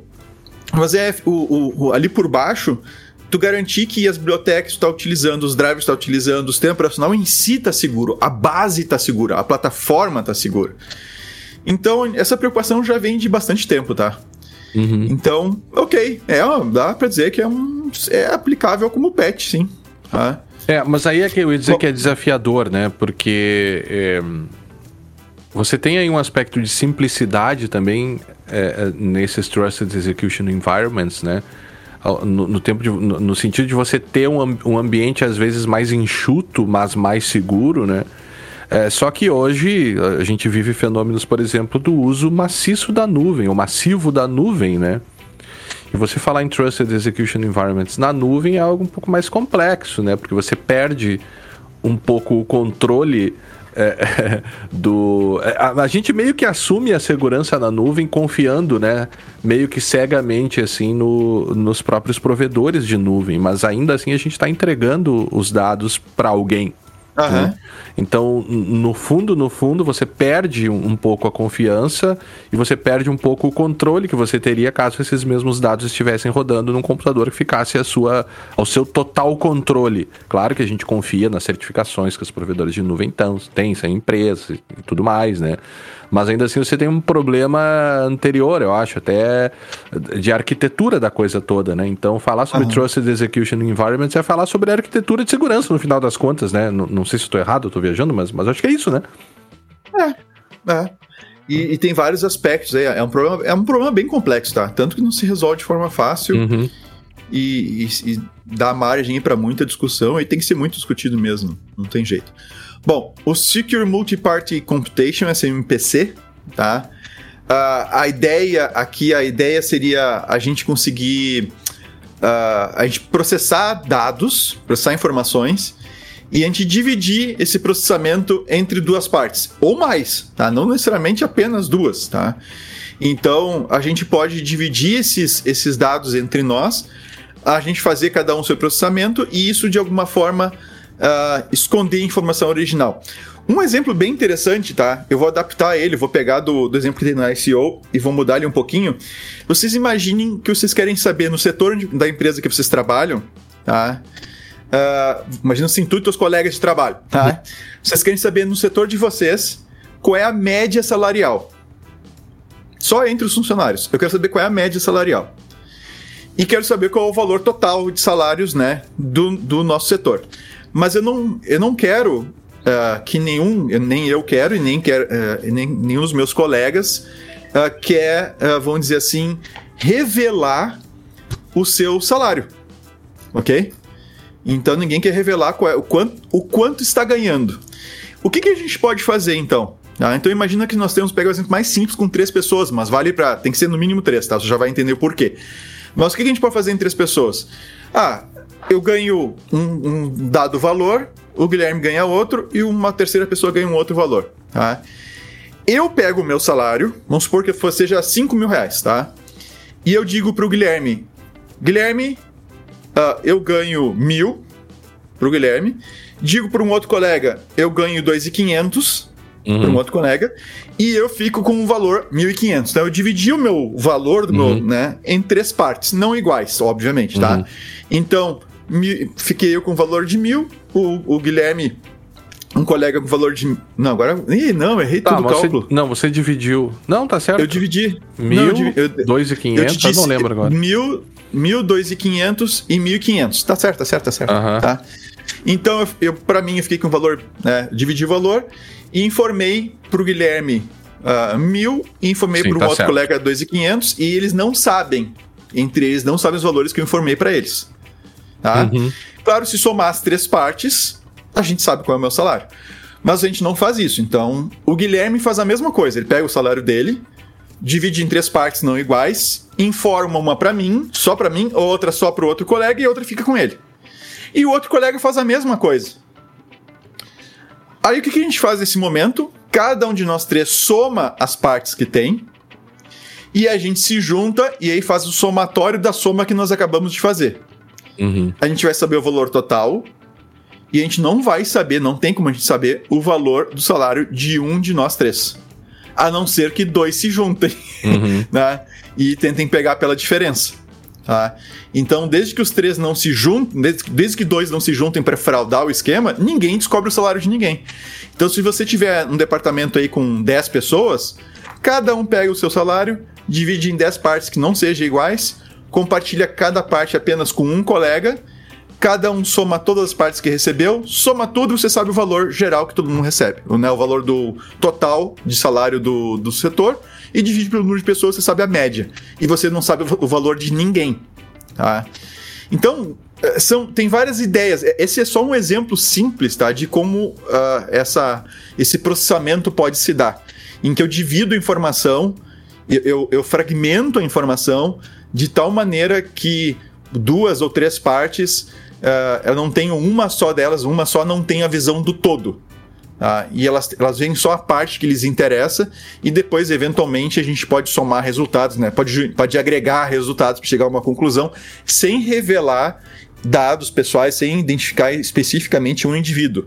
ali por baixo, tu garantir que as bibliotecas que tu está utilizando, os drivers que tu está utilizando, o sistema operacional em si está seguro, a base está segura, a plataforma está segura. Então, essa preocupação já vem de bastante tempo, tá? Então, ok, dá pra dizer que é aplicável como patch, sim. Tá? Mas aí é que eu ia dizer que é desafiador, né? Porque você tem aí um aspecto de simplicidade também nesses Trusted Execution Environments, né? No sentido de você ter um ambiente às vezes mais enxuto, mas mais seguro, né? Só que hoje a gente vive fenômenos, por exemplo, do uso maciço da nuvem, ou massivo da nuvem, né? E você falar em Trusted Execution Environments na nuvem é algo um pouco mais complexo, né? Porque você perde um pouco o controle a gente meio que assume a segurança na nuvem confiando, né? Meio que cegamente, assim, nos próprios provedores de nuvem. Mas ainda assim a gente está entregando os dados para alguém. Né? Então, no fundo, você perde um pouco a confiança e você perde um pouco o controle que você teria caso esses mesmos dados estivessem rodando num computador que ficasse ao seu total controle. Claro que a gente confia nas certificações que os provedores de nuvem têm, são empresas e tudo mais, né? Mas ainda assim você tem um problema anterior, eu acho, até de arquitetura da coisa toda, né? Então, falar sobre Trusted Execution Environments é falar sobre a arquitetura de segurança, no final das contas, né? Não sei se estou errado, eu estou viajando, mas acho que é isso, né? E tem vários aspectos aí. É um problema bem complexo, tá? Tanto que não se resolve de forma fácil e dá margem para muita discussão e tem que ser muito discutido mesmo, não tem jeito. Bom, o Secure Multi-Party Computation, SMPC, tá? A ideia seria a gente conseguir a gente processar dados, processar informações, e a gente dividir esse processamento entre duas partes, ou mais, tá? Não necessariamente apenas duas, tá? Então, a gente pode dividir esses dados entre nós, a gente fazer cada um seu processamento, e isso, de alguma forma, esconder a informação original. Um exemplo bem interessante, tá? Eu vou adaptar ele, vou pegar do exemplo que tem na ICO e vou mudar ele um pouquinho. Vocês imaginem que vocês querem saber no setor da empresa que vocês trabalham, tá? Imagina assim, tu e teus colegas de trabalho, tá? Vocês querem saber no setor de vocês qual é a média salarial. Só entre os funcionários. Eu quero saber qual é a média salarial. E quero saber qual é o valor total de salários, né, do nosso setor. Mas eu não quero que nem eu quero e nem nenhum dos meus colegas quer, vamos dizer assim, revelar o seu salário, ok? Então ninguém quer revelar o quanto está ganhando. O que a gente pode fazer então? Então imagina que nós pega o exemplo mais simples com 3 pessoas, mas tem que ser no mínimo 3, tá? Você já vai entender o porquê. Mas o que a gente pode fazer em 3 pessoas? Eu ganho um dado valor, o Guilherme ganha outro e uma terceira pessoa ganha um outro valor, tá? Eu pego o meu salário, vamos supor que seja R$5.000, tá? E eu digo pro Guilherme, eu ganho 1.000 pro Guilherme, digo para um outro colega, eu ganho 2.500, para um outro colega, e eu fico com o valor 1.500. Então eu dividi o meu valor do meu, né, em 3 partes, não iguais, obviamente, tá? Então, fiquei eu com o valor de 1.000, o Guilherme, um colega com valor de... Não, agora... não, errei tudo o cálculo. Você dividiu... Não, tá certo. Eu dividi. 1.000, 2.500, eu não lembro agora. 1.000, 2.500 e 1.500. Tá certo. Tá? Então, pra mim, eu fiquei com o valor... dividi o valor e informei pro Guilherme 1.000 e informei pro outro colega 2.500 e eles não sabem. Entre eles, não sabem os valores que eu informei pra eles. Tá? Claro, se somar as 3 partes... a gente sabe qual é o meu salário. Mas a gente não faz isso. Então, o Guilherme faz a mesma coisa. Ele pega o salário dele, divide em 3 partes não iguais, informa uma pra mim, só pra mim, outra só pro outro colega e outra fica com ele. E o outro colega faz a mesma coisa. Aí o que a gente faz nesse momento? Cada um de nós 3 soma as partes que tem e a gente se junta e aí faz o somatório da soma que nós acabamos de fazer. A gente vai saber o valor total. E a gente não vai saber, não tem como a gente saber o valor do salário de um de nós 3. A não ser que 2 se juntem, né? E tentem pegar pela diferença. Tá? Então, desde que os 3 não se juntem, desde que 2 não se juntem para fraudar o esquema, ninguém descobre o salário de ninguém. Então, se você tiver um departamento aí com 10 pessoas, cada um pega o seu salário, divide em 10 partes que não sejam iguais, compartilha cada parte apenas com um colega. Cada um soma todas as partes que recebeu, soma tudo e você sabe o valor geral que todo mundo recebe. Né? O valor do total de salário do setor e divide pelo número de pessoas, você sabe a média. E você não sabe o valor de ninguém. Tá? Então, tem várias ideias. Esse é só um exemplo simples, tá, de como esse processamento pode se dar. Em que eu divido a informação, eu fragmento a informação de tal maneira que 2 ou 3 partes... eu não tenho uma só delas, uma só não tem a visão do todo. E elas veem só a parte que lhes interessa e depois, eventualmente, a gente pode somar resultados, né? Pode agregar resultados para chegar a uma conclusão sem revelar dados pessoais, sem identificar especificamente um indivíduo.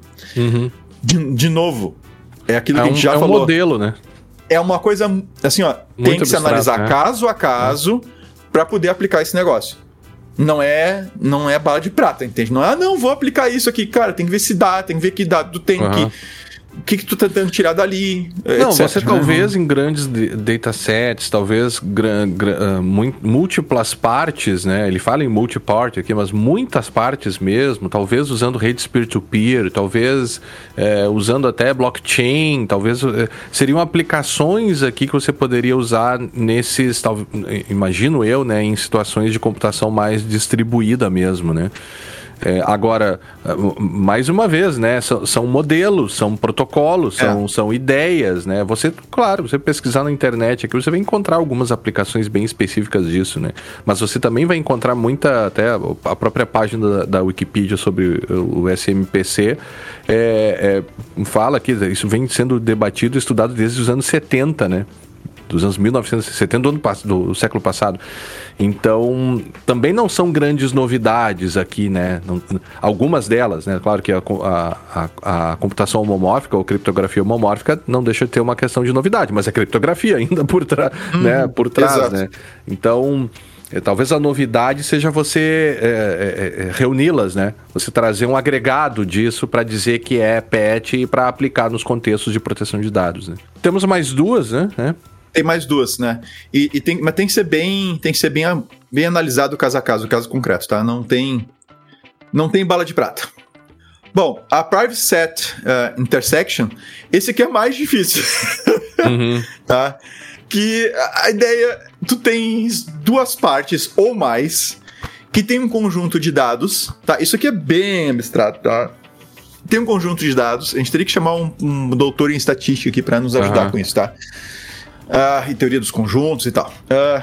De novo, é aquilo que a gente já falou. É um modelo, né? É uma coisa, assim, ó, tem que se analisar caso a caso para poder aplicar esse negócio. Não é bala de prata, entende? Não é, vou aplicar isso aqui. Cara, tem que ver se dá, tem que ver que dado tu tem, o que tu tá tentando tirar dali, não, etc. Você talvez né? em grandes datasets, talvez múltiplas partes, né? Ele fala em multipart aqui, mas muitas partes mesmo, talvez usando redes peer-to-peer, talvez usando até blockchain, talvez seriam aplicações aqui que você poderia usar nesses, imagino eu, né, em situações de computação mais distribuída mesmo, né? Agora, mais uma vez, né? São modelos, são protocolos, são ideias, né? Você pesquisar na internet aqui, você vai encontrar algumas aplicações bem específicas disso, né? Mas você também vai encontrar até a própria página da Wikipedia sobre o SMPC fala que isso vem sendo debatido e estudado desde os anos 70, né? Dos anos 1970 do século passado. Então, também não são grandes novidades aqui, né? Algumas delas, né? Claro que a computação homomórfica ou criptografia homomórfica não deixa de ter uma questão de novidade, mas é criptografia ainda por trás, né? Então, talvez a novidade seja você reuni-las, né? Você trazer um agregado disso para dizer que é PET e para aplicar nos contextos de proteção de dados, né? Temos mais 2, né? Tem mais 2, né? Mas tem que ser bem analisado caso a caso, caso concreto, tá? Não tem bala de prata. Bom, a Private Set Intersection, esse aqui é mais difícil. Tá? Que a ideia, tu tens 2 partes ou mais que tem um conjunto de dados, tá? Isso aqui é bem abstrato, tá? Tem um conjunto de dados, a gente teria que chamar um doutor em estatística aqui para nos ajudar com isso, tá? E teoria dos conjuntos e tal.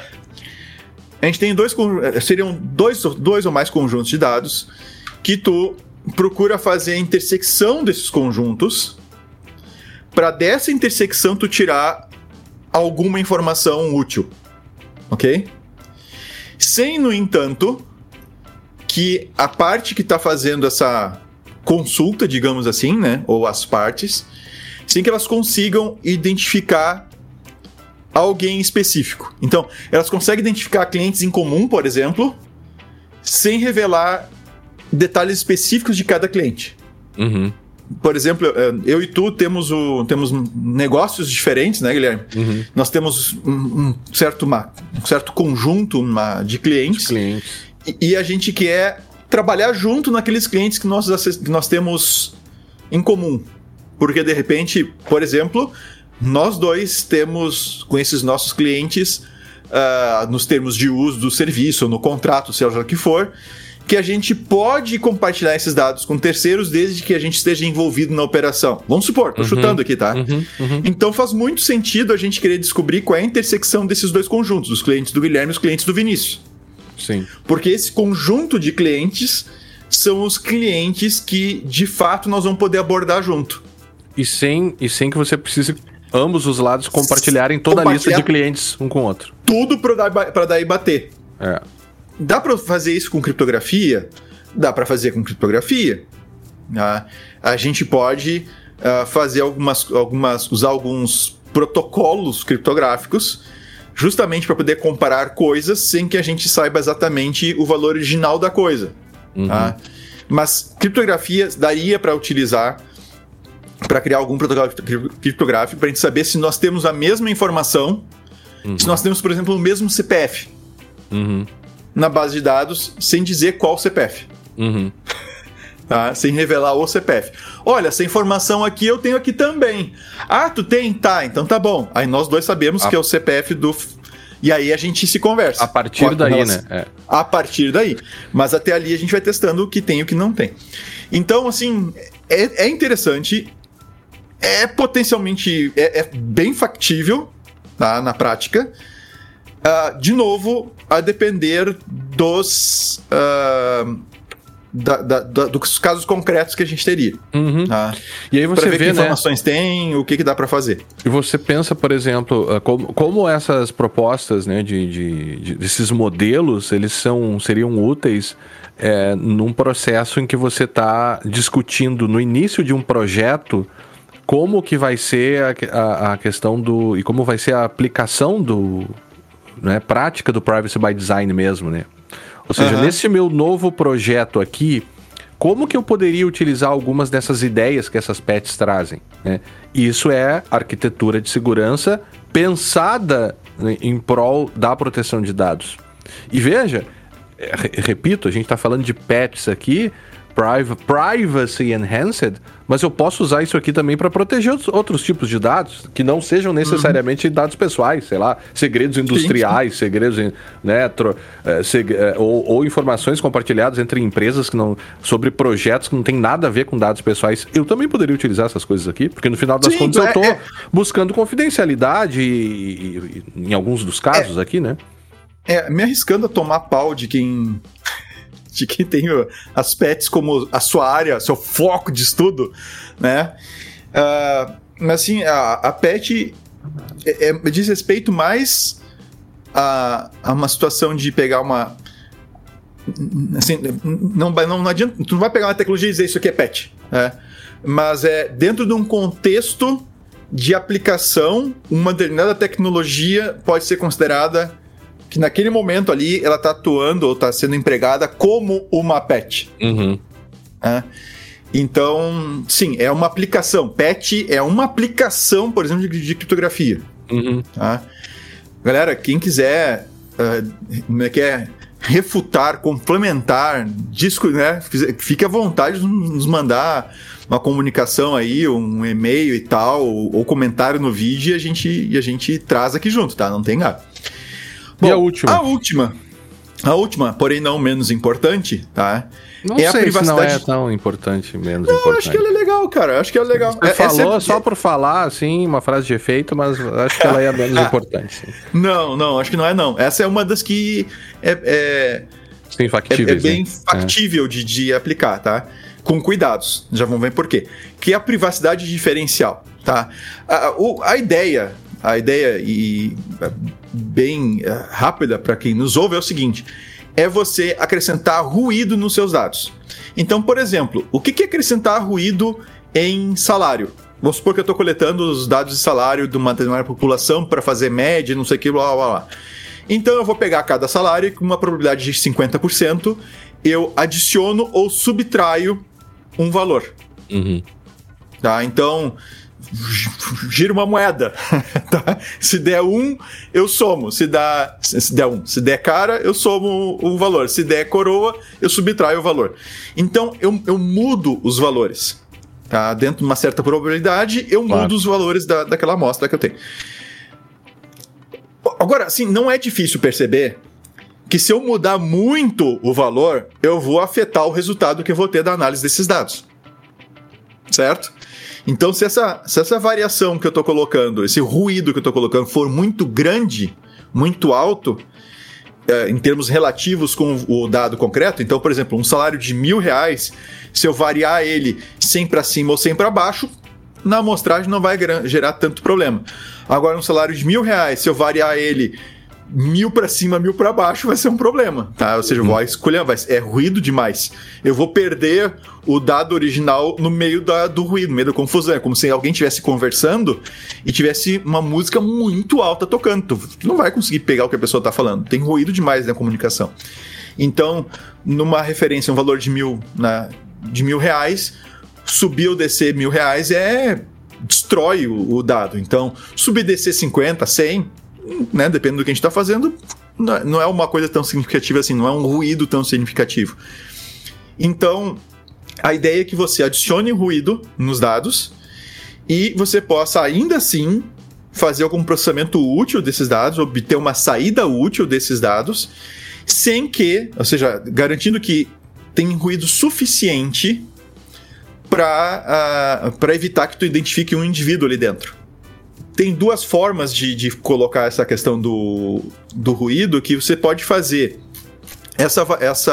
A gente tem seriam dois ou mais conjuntos de dados que tu procura fazer a intersecção desses conjuntos para dessa intersecção tu tirar alguma informação útil, ok? Sem, no entanto, que a parte que está fazendo essa consulta, digamos assim, né, ou as partes, sem que elas consigam identificar alguém específico. Então, elas conseguem identificar clientes em comum, por exemplo, sem revelar detalhes específicos de cada cliente. Uhum. Por exemplo, eu e tu temos negócios diferentes, né, Guilherme? Uhum. Nós temos um certo conjunto de clientes. E a gente quer trabalhar junto naqueles clientes que nós temos em comum. Porque, de repente, por exemplo, nós dois temos com esses nossos clientes, nos termos de uso do serviço, ou no contrato, seja o que for, que a gente pode compartilhar esses dados com terceiros desde que a gente esteja envolvido na operação. Vamos supor, tô chutando aqui, tá? Então faz muito sentido a gente querer descobrir qual é a intersecção desses dois conjuntos, os clientes do Guilherme e os clientes do Vinícius. Sim. Porque esse conjunto de clientes são os clientes que, de fato, nós vamos poder abordar junto. E sem que você precise ambos os lados compartilharem toda a lista de clientes um com o outro. Tudo para daí bater. É. Dá para fazer isso com criptografia? Dá para fazer com criptografia. A gente pode fazer usar alguns protocolos criptográficos justamente para poder comparar coisas sem que a gente saiba exatamente o valor original da coisa. Tá? Mas criptografia daria para utilizar para criar algum protocolo criptográfico para a gente saber se nós temos a mesma informação, se nós temos, por exemplo, o mesmo CPF. Na base de dados, sem dizer qual CPF. Tá? Sem revelar o CPF. Olha, essa informação aqui eu tenho aqui também. Ah, tu tem? Tá, então tá bom. Aí nós dois sabemos que é o CPF do... E aí a gente se conversa. A partir daí, né? A partir daí. Mas até ali a gente vai testando o que tem e o que não tem. Então, assim, é interessante. É potencialmente... É bem factível, tá? Na prática. De novo, a depender dos casos concretos que a gente teria. E aí você pra ver vê, que informações tem, o que dá para fazer. E você pensa, por exemplo, como essas propostas, né, desses modelos, eles seriam úteis num processo em que você está discutindo no início de um projeto como que vai ser a questão e como vai ser a aplicação prática do Privacy by Design mesmo, né? Ou seja, nesse meu novo projeto aqui, como que eu poderia utilizar algumas dessas ideias que essas patches trazem, né? Isso é arquitetura de segurança pensada em prol da proteção de dados. E veja, repito, a gente está falando de patches aqui, Privacy Enhanced, mas eu posso usar isso aqui também para proteger outros tipos de dados, que não sejam necessariamente dados pessoais, sei lá, segredos industriais, segredos, né, ou informações compartilhadas entre empresas essobre projetos que não tem nada a ver com dados pessoais. Eu também poderia utilizar essas coisas aqui, porque no final das contas eu estou buscando confidencialidade em alguns dos casos aqui, né? Me arriscando a tomar pau de quem tem as patches como a sua área, seu foco de estudo, né? Mas assim, a patch diz respeito mais a uma situação de pegar uma... Assim, não adianta, tu não vai pegar uma tecnologia e dizer isso aqui é patch, né? Mas dentro de um contexto de aplicação, uma determinada tecnologia pode ser considerada que naquele momento ali ela está atuando ou está sendo empregada como uma patch. Então, sim, é uma aplicação. Patch é uma aplicação, por exemplo, de criptografia. Tá? Galera, quem quiser refutar, complementar, né, fique à vontade de nos mandar uma comunicação aí, um e-mail e tal, ou comentário no vídeo e a gente traz aqui junto, tá? Não tem nada. Bom, e a última, porém não menos importante, tá? Não sei a privacidade... se não é tão importante, menos importante. Acho que ela é legal, cara. Acho que ela é legal. Você falou só por falar, assim, uma frase de efeito, mas acho que ela é menos importante. Sim. Não, acho que não é, não. Essa é uma das que sim, factíveis, é bem factível de aplicar, tá? Com cuidados. Já vamos ver por quê. Que é a privacidade diferencial, tá? A ideia e bem rápida para quem nos ouve é o seguinte: é você acrescentar ruído nos seus dados. Então, por exemplo, o que é acrescentar ruído em salário? Vamos supor que eu estou coletando os dados de salário de uma determinada população para fazer média, não sei o que, blá, blá, blá. Então eu vou pegar cada salário e com uma probabilidade de 50%, eu adiciono ou subtraio um valor. Tá? Então, giro uma moeda. Tá? Se der 1, eu somo. Se der cara, eu somo o valor. Se der coroa, eu subtraio o valor. Então, eu mudo os valores. Tá? Dentro de uma certa probabilidade, eu mudo os valores daquela amostra que eu tenho. Agora, assim, não é difícil perceber que se eu mudar muito o valor, eu vou afetar o resultado que eu vou ter da análise desses dados. Certo? Então, se essa variação que eu estou colocando, esse ruído que eu estou colocando for muito grande, muito alto, em termos relativos com o dado concreto, então, por exemplo, um salário de R$1.000, se eu variar ele 100 para cima ou 100 para baixo, na amostragem não vai gerar tanto problema. Agora, um salário de R$1.000, se eu variar ele 1.000 para cima, 1.000 para baixo, vai ser um problema, tá? Ou seja, eu vou escolher, é ruído demais. Eu vou perder o dado original no meio do ruído, no meio da confusão. É como se alguém estivesse conversando e tivesse uma música muito alta tocando. Tu não vai conseguir pegar o que a pessoa está falando. Tem ruído demais na comunicação. Então, numa referência, um valor de R$1.000, subir ou descer R$1.000 destrói o dado. Então, subir e descer 50, 100... né, dependendo do que a gente está fazendo, não é uma coisa tão significativa assim, não é um ruído tão significativo. Então, a ideia é que você adicione ruído nos dados e você possa ainda assim fazer algum processamento útil desses dados, obter uma saída útil desses dados, sem que, ou seja, garantindo que tem ruído suficiente para evitar que tu identifique um indivíduo ali dentro. Tem duas formas de colocar essa questão do ruído que você pode fazer. Essa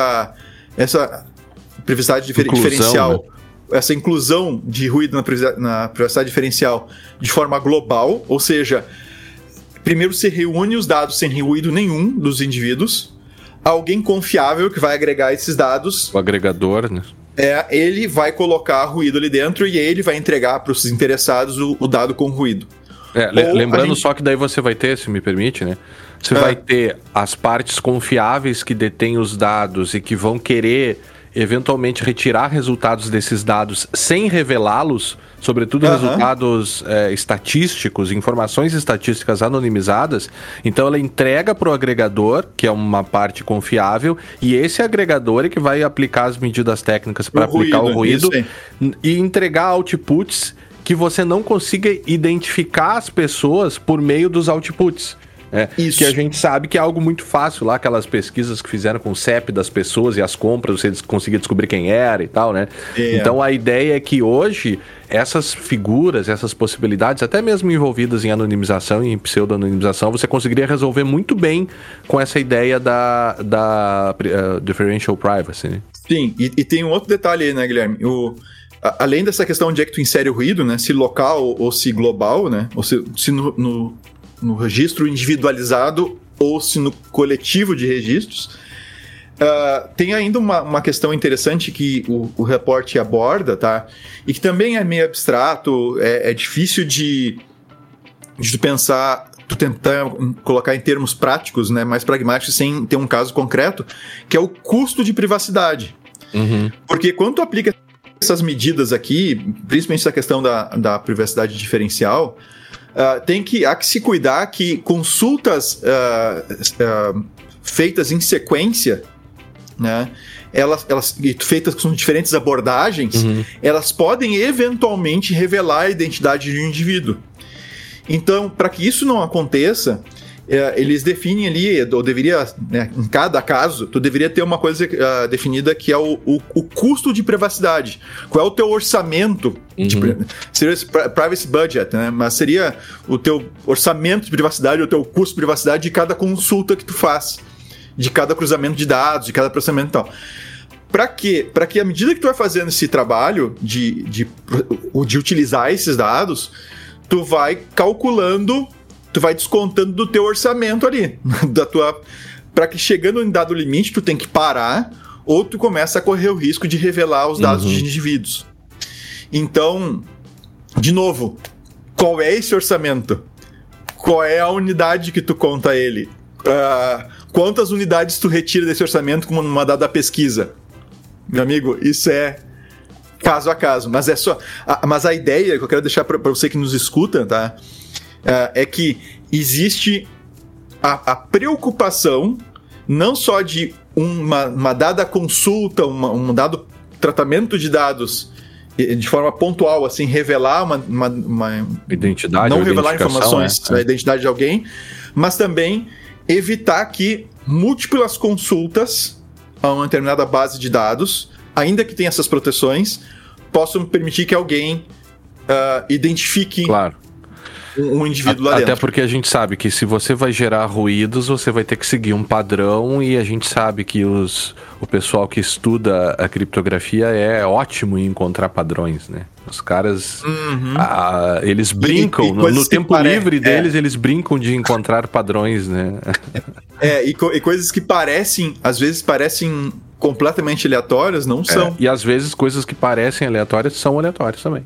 privacidade diferencial, né? Essa inclusão de ruído na privacidade diferencial de forma global, ou seja, primeiro você reúne os dados sem ruído nenhum dos indivíduos, alguém confiável que vai agregar esses dados. O agregador, né? Ele vai colocar ruído ali dentro e ele vai entregar para os interessados o dado com ruído. Lembrando só que daí você vai ter, se me permite, né? Você vai ter as partes confiáveis que detêm os dados e que vão querer, eventualmente, retirar resultados desses dados sem revelá-los, sobretudo resultados estatísticos, informações estatísticas anonimizadas. Então ela entrega para o agregador, que é uma parte confiável, e esse agregador é que vai aplicar as medidas técnicas para aplicar o ruído e entregar outputs que você não consiga identificar as pessoas por meio dos outputs. Que a gente sabe que é algo muito fácil lá, aquelas pesquisas que fizeram com o CEP das pessoas e as compras, você conseguia descobrir quem era e tal, né? Então a ideia é que hoje essas figuras, essas possibilidades, até mesmo envolvidas em anonimização e em pseudo-anonimização, você conseguiria resolver muito bem com essa ideia da differential privacy, né? Sim, e tem um outro detalhe aí, né, Guilherme? Além dessa questão onde é que tu insere o ruído, né? Se local ou se global, né? Ou se no registro individualizado ou se no coletivo de registros. Tem ainda uma questão interessante que o reporte aborda, tá? E que também é meio abstrato, é difícil de tu pensar, tu tentar colocar em termos práticos, né? Mais pragmáticos, sem ter um caso concreto, que é o custo de privacidade. Porque quando tu aplica essas medidas aqui, principalmente essa questão da privacidade diferencial, há que se cuidar que consultas feitas em sequência, né, elas feitas com diferentes abordagens, elas podem eventualmente revelar a identidade de um indivíduo. Então, para que isso não aconteça, eles definem ali, ou deveria, né, em cada caso, tu deveria ter uma coisa definida que é o custo de privacidade. Qual é o teu orçamento? Seria privacy budget, né? Mas seria o teu orçamento de privacidade, o teu custo de privacidade de cada consulta que tu faz, de cada cruzamento de dados, de cada processamento e tal. Para quê? Para que à medida que tu vai fazendo esse trabalho de utilizar esses dados, tu vai calculando, tu vai descontando do teu orçamento ali, para que chegando em dado limite, tu tem que parar, ou tu começa a correr o risco de revelar os dados de indivíduos. Então, De novo, qual é esse orçamento? Qual é a unidade que tu conta ele? Quantas unidades tu retira desse orçamento como numa dada pesquisa? Meu amigo, isso é caso a caso. Mas é só. Mas a ideia que eu quero deixar para você que nos escuta, tá? É que existe a preocupação não só de uma dada consulta, um dado tratamento de dados de forma pontual, assim, revelar uma identidade, não revelar informações da identidade de alguém, mas também evitar que múltiplas consultas a uma determinada base de dados, ainda que tenha essas proteções, possam permitir que alguém identifique um indivíduo lá dentro. Até porque a gente sabe que se você vai gerar ruídos, você vai ter que seguir um padrão, e a gente sabe que o pessoal que estuda a criptografia é ótimo em encontrar padrões, né? Os caras, eles brincam, no tempo livre deles, eles brincam de encontrar padrões, né? E coisas que parecem, às vezes parecem completamente aleatórias, não são. E às vezes coisas que parecem aleatórias são aleatórias também.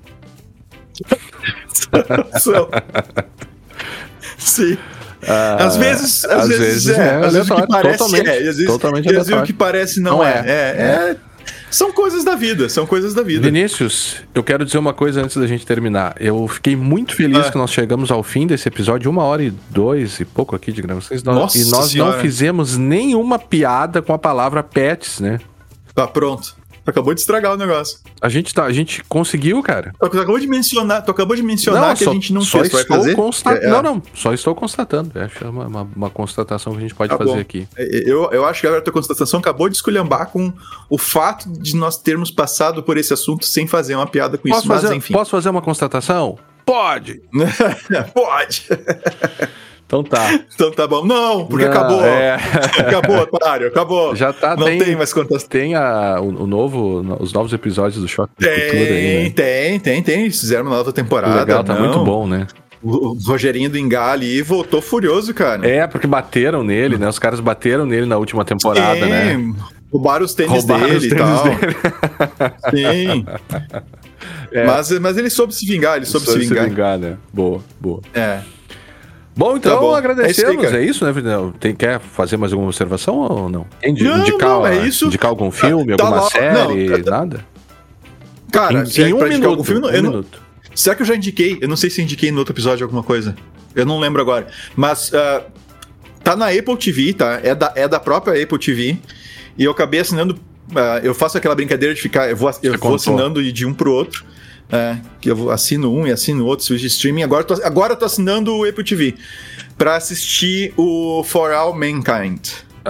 Sim. Às vezes às vezes o que parece totalmente aleatório. Às vezes o que parece não é. São coisas da vida, Vinícius, eu quero dizer uma coisa antes da gente terminar. Eu fiquei muito feliz que nós chegamos ao fim desse episódio, 1h02 e pouco aqui de gravação. Nossa e nós senhora. não fizemos nenhuma piada com a palavra pets, né? Tá pronto. Tu acabou de estragar o negócio. A gente conseguiu, cara. Tu acabou de mencionar que a gente não fez. Só estou constatando. Acho que é uma constatação que a gente pode fazer aqui. Eu acho que agora a tua constatação acabou de esculhambar com o fato de nós termos passado por esse assunto sem fazer uma piada com isso, mas enfim. Posso fazer uma constatação? Pode! Pode! Então tá bom. Não, porque acabou. Acabou, otário, acabou. Já tá, não tem mais contação. Tem os novos episódios do Choque de Cultura aí, né? Tem. Eles fizeram uma nova temporada. Legal, tá muito bom, né? O Rogerinho do Ingá ali voltou furioso, cara. Porque bateram nele, né? Os caras bateram nele na última temporada, né? Roubaram os tênis dele e tal. Sim. Mas ele soube se vingar, se vingar, né? Boa. Bom, então tá bom. agradecemos, é isso, né? Quer fazer mais alguma observação ou não? Indicar algum filme, alguma série, nada? Cara, em um minuto, algum filme, será que eu já indiquei? Eu não sei se indiquei no outro episódio alguma coisa. Eu não lembro agora. Mas tá na Apple TV, tá? É da própria Apple TV. E eu acabei assinando... eu faço aquela brincadeira de ficar... Eu vou assinando de um pro outro. Que eu assino um e assino outro, serviço de streaming. Agora eu tô assinando o Apple TV pra assistir o For All Mankind.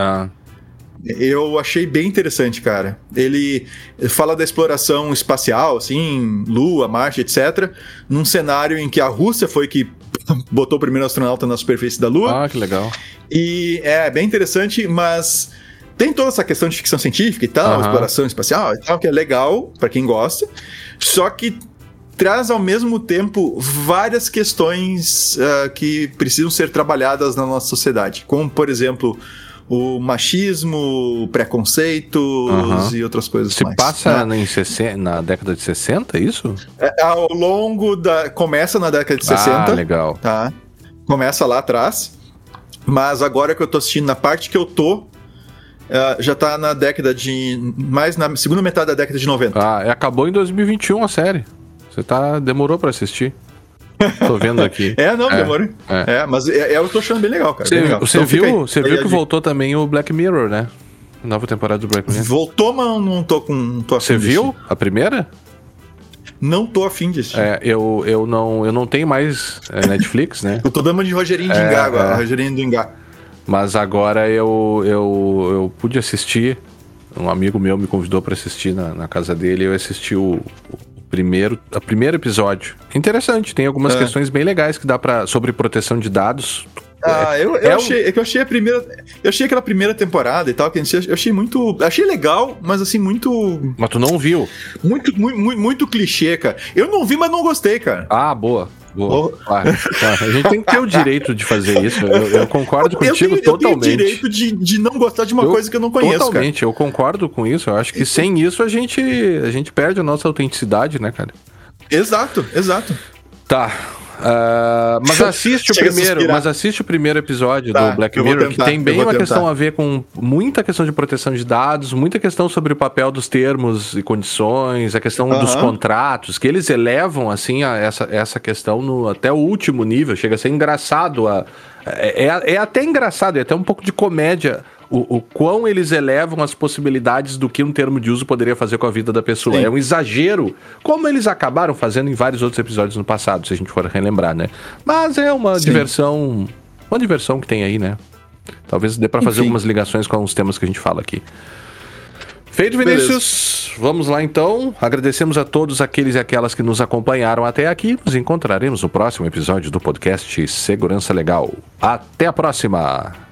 Eu achei bem interessante, cara. Ele fala da exploração espacial, assim, Lua, Marte, etc. Num cenário em que a Rússia foi que botou o primeiro astronauta na superfície da Lua. Que legal. E é bem interessante, mas tem toda essa questão de ficção científica e tal, exploração espacial e tal, que é legal pra quem gosta. Só que traz ao mesmo tempo várias questões que precisam ser trabalhadas na nossa sociedade, como, por exemplo, o machismo, preconceitos e outras coisas mais. Se passa na década de 60, é isso? Ao longo começa na década de 60. Legal. Tá? Começa lá atrás, mas agora que eu tô assistindo, na parte que eu tô, já tá na década mais na segunda metade da década de 90. Acabou em 2021 a série. Você demorou pra assistir. Tô vendo aqui. Demorou. Mas eu tô achando bem legal, cara. Você viu que voltou também o Black Mirror, né? Nova temporada do Black Mirror. Voltou, mas não tô afim. Você viu a primeira? Não tô afim disso. Eu não tenho mais Netflix, né? Eu tô dando de Rogerinho de Ingá agora. Rogerinho do Ingá. Mas agora eu pude assistir. Um amigo meu me convidou pra assistir na casa dele. Eu assisti o primeiro episódio. Interessante, tem algumas questões bem legais que dá sobre proteção de dados. Eu achei a primeira. Eu achei aquela primeira temporada e tal, que eu achei muito. Achei legal, mas assim, muito. Mas tu não viu? Muito clichê, cara. Eu não vi, mas não gostei, cara. Boa. Claro. A gente tem que ter o direito de fazer isso. Eu concordo contigo totalmente. Eu tenho o direito de não gostar de uma coisa que eu não conheço, totalmente, cara. Eu concordo com isso. Eu acho que sem isso a gente perde a nossa autenticidade, né, cara? Exato. Tá. Mas assiste o primeiro episódio do Black Mirror, que tem bem uma questão a ver com muita questão de proteção de dados, muita questão sobre o papel dos termos e condições, a questão dos contratos, que eles elevam assim essa questão até o último nível. Chega a ser engraçado. É até engraçado, é até um pouco de comédia o quão eles elevam as possibilidades do que um termo de uso poderia fazer com a vida da pessoa. Sim. É um exagero, como eles acabaram fazendo em vários outros episódios no passado, se a gente for relembrar, né? Mas é uma diversão que tem aí, né? Talvez dê pra fazer algumas ligações com os temas que a gente fala aqui. Feito, Vinícius. Beleza. Vamos lá, então. Agradecemos a todos aqueles e aquelas que nos acompanharam até aqui. Nos encontraremos no próximo episódio do podcast Segurança Legal. Até a próxima!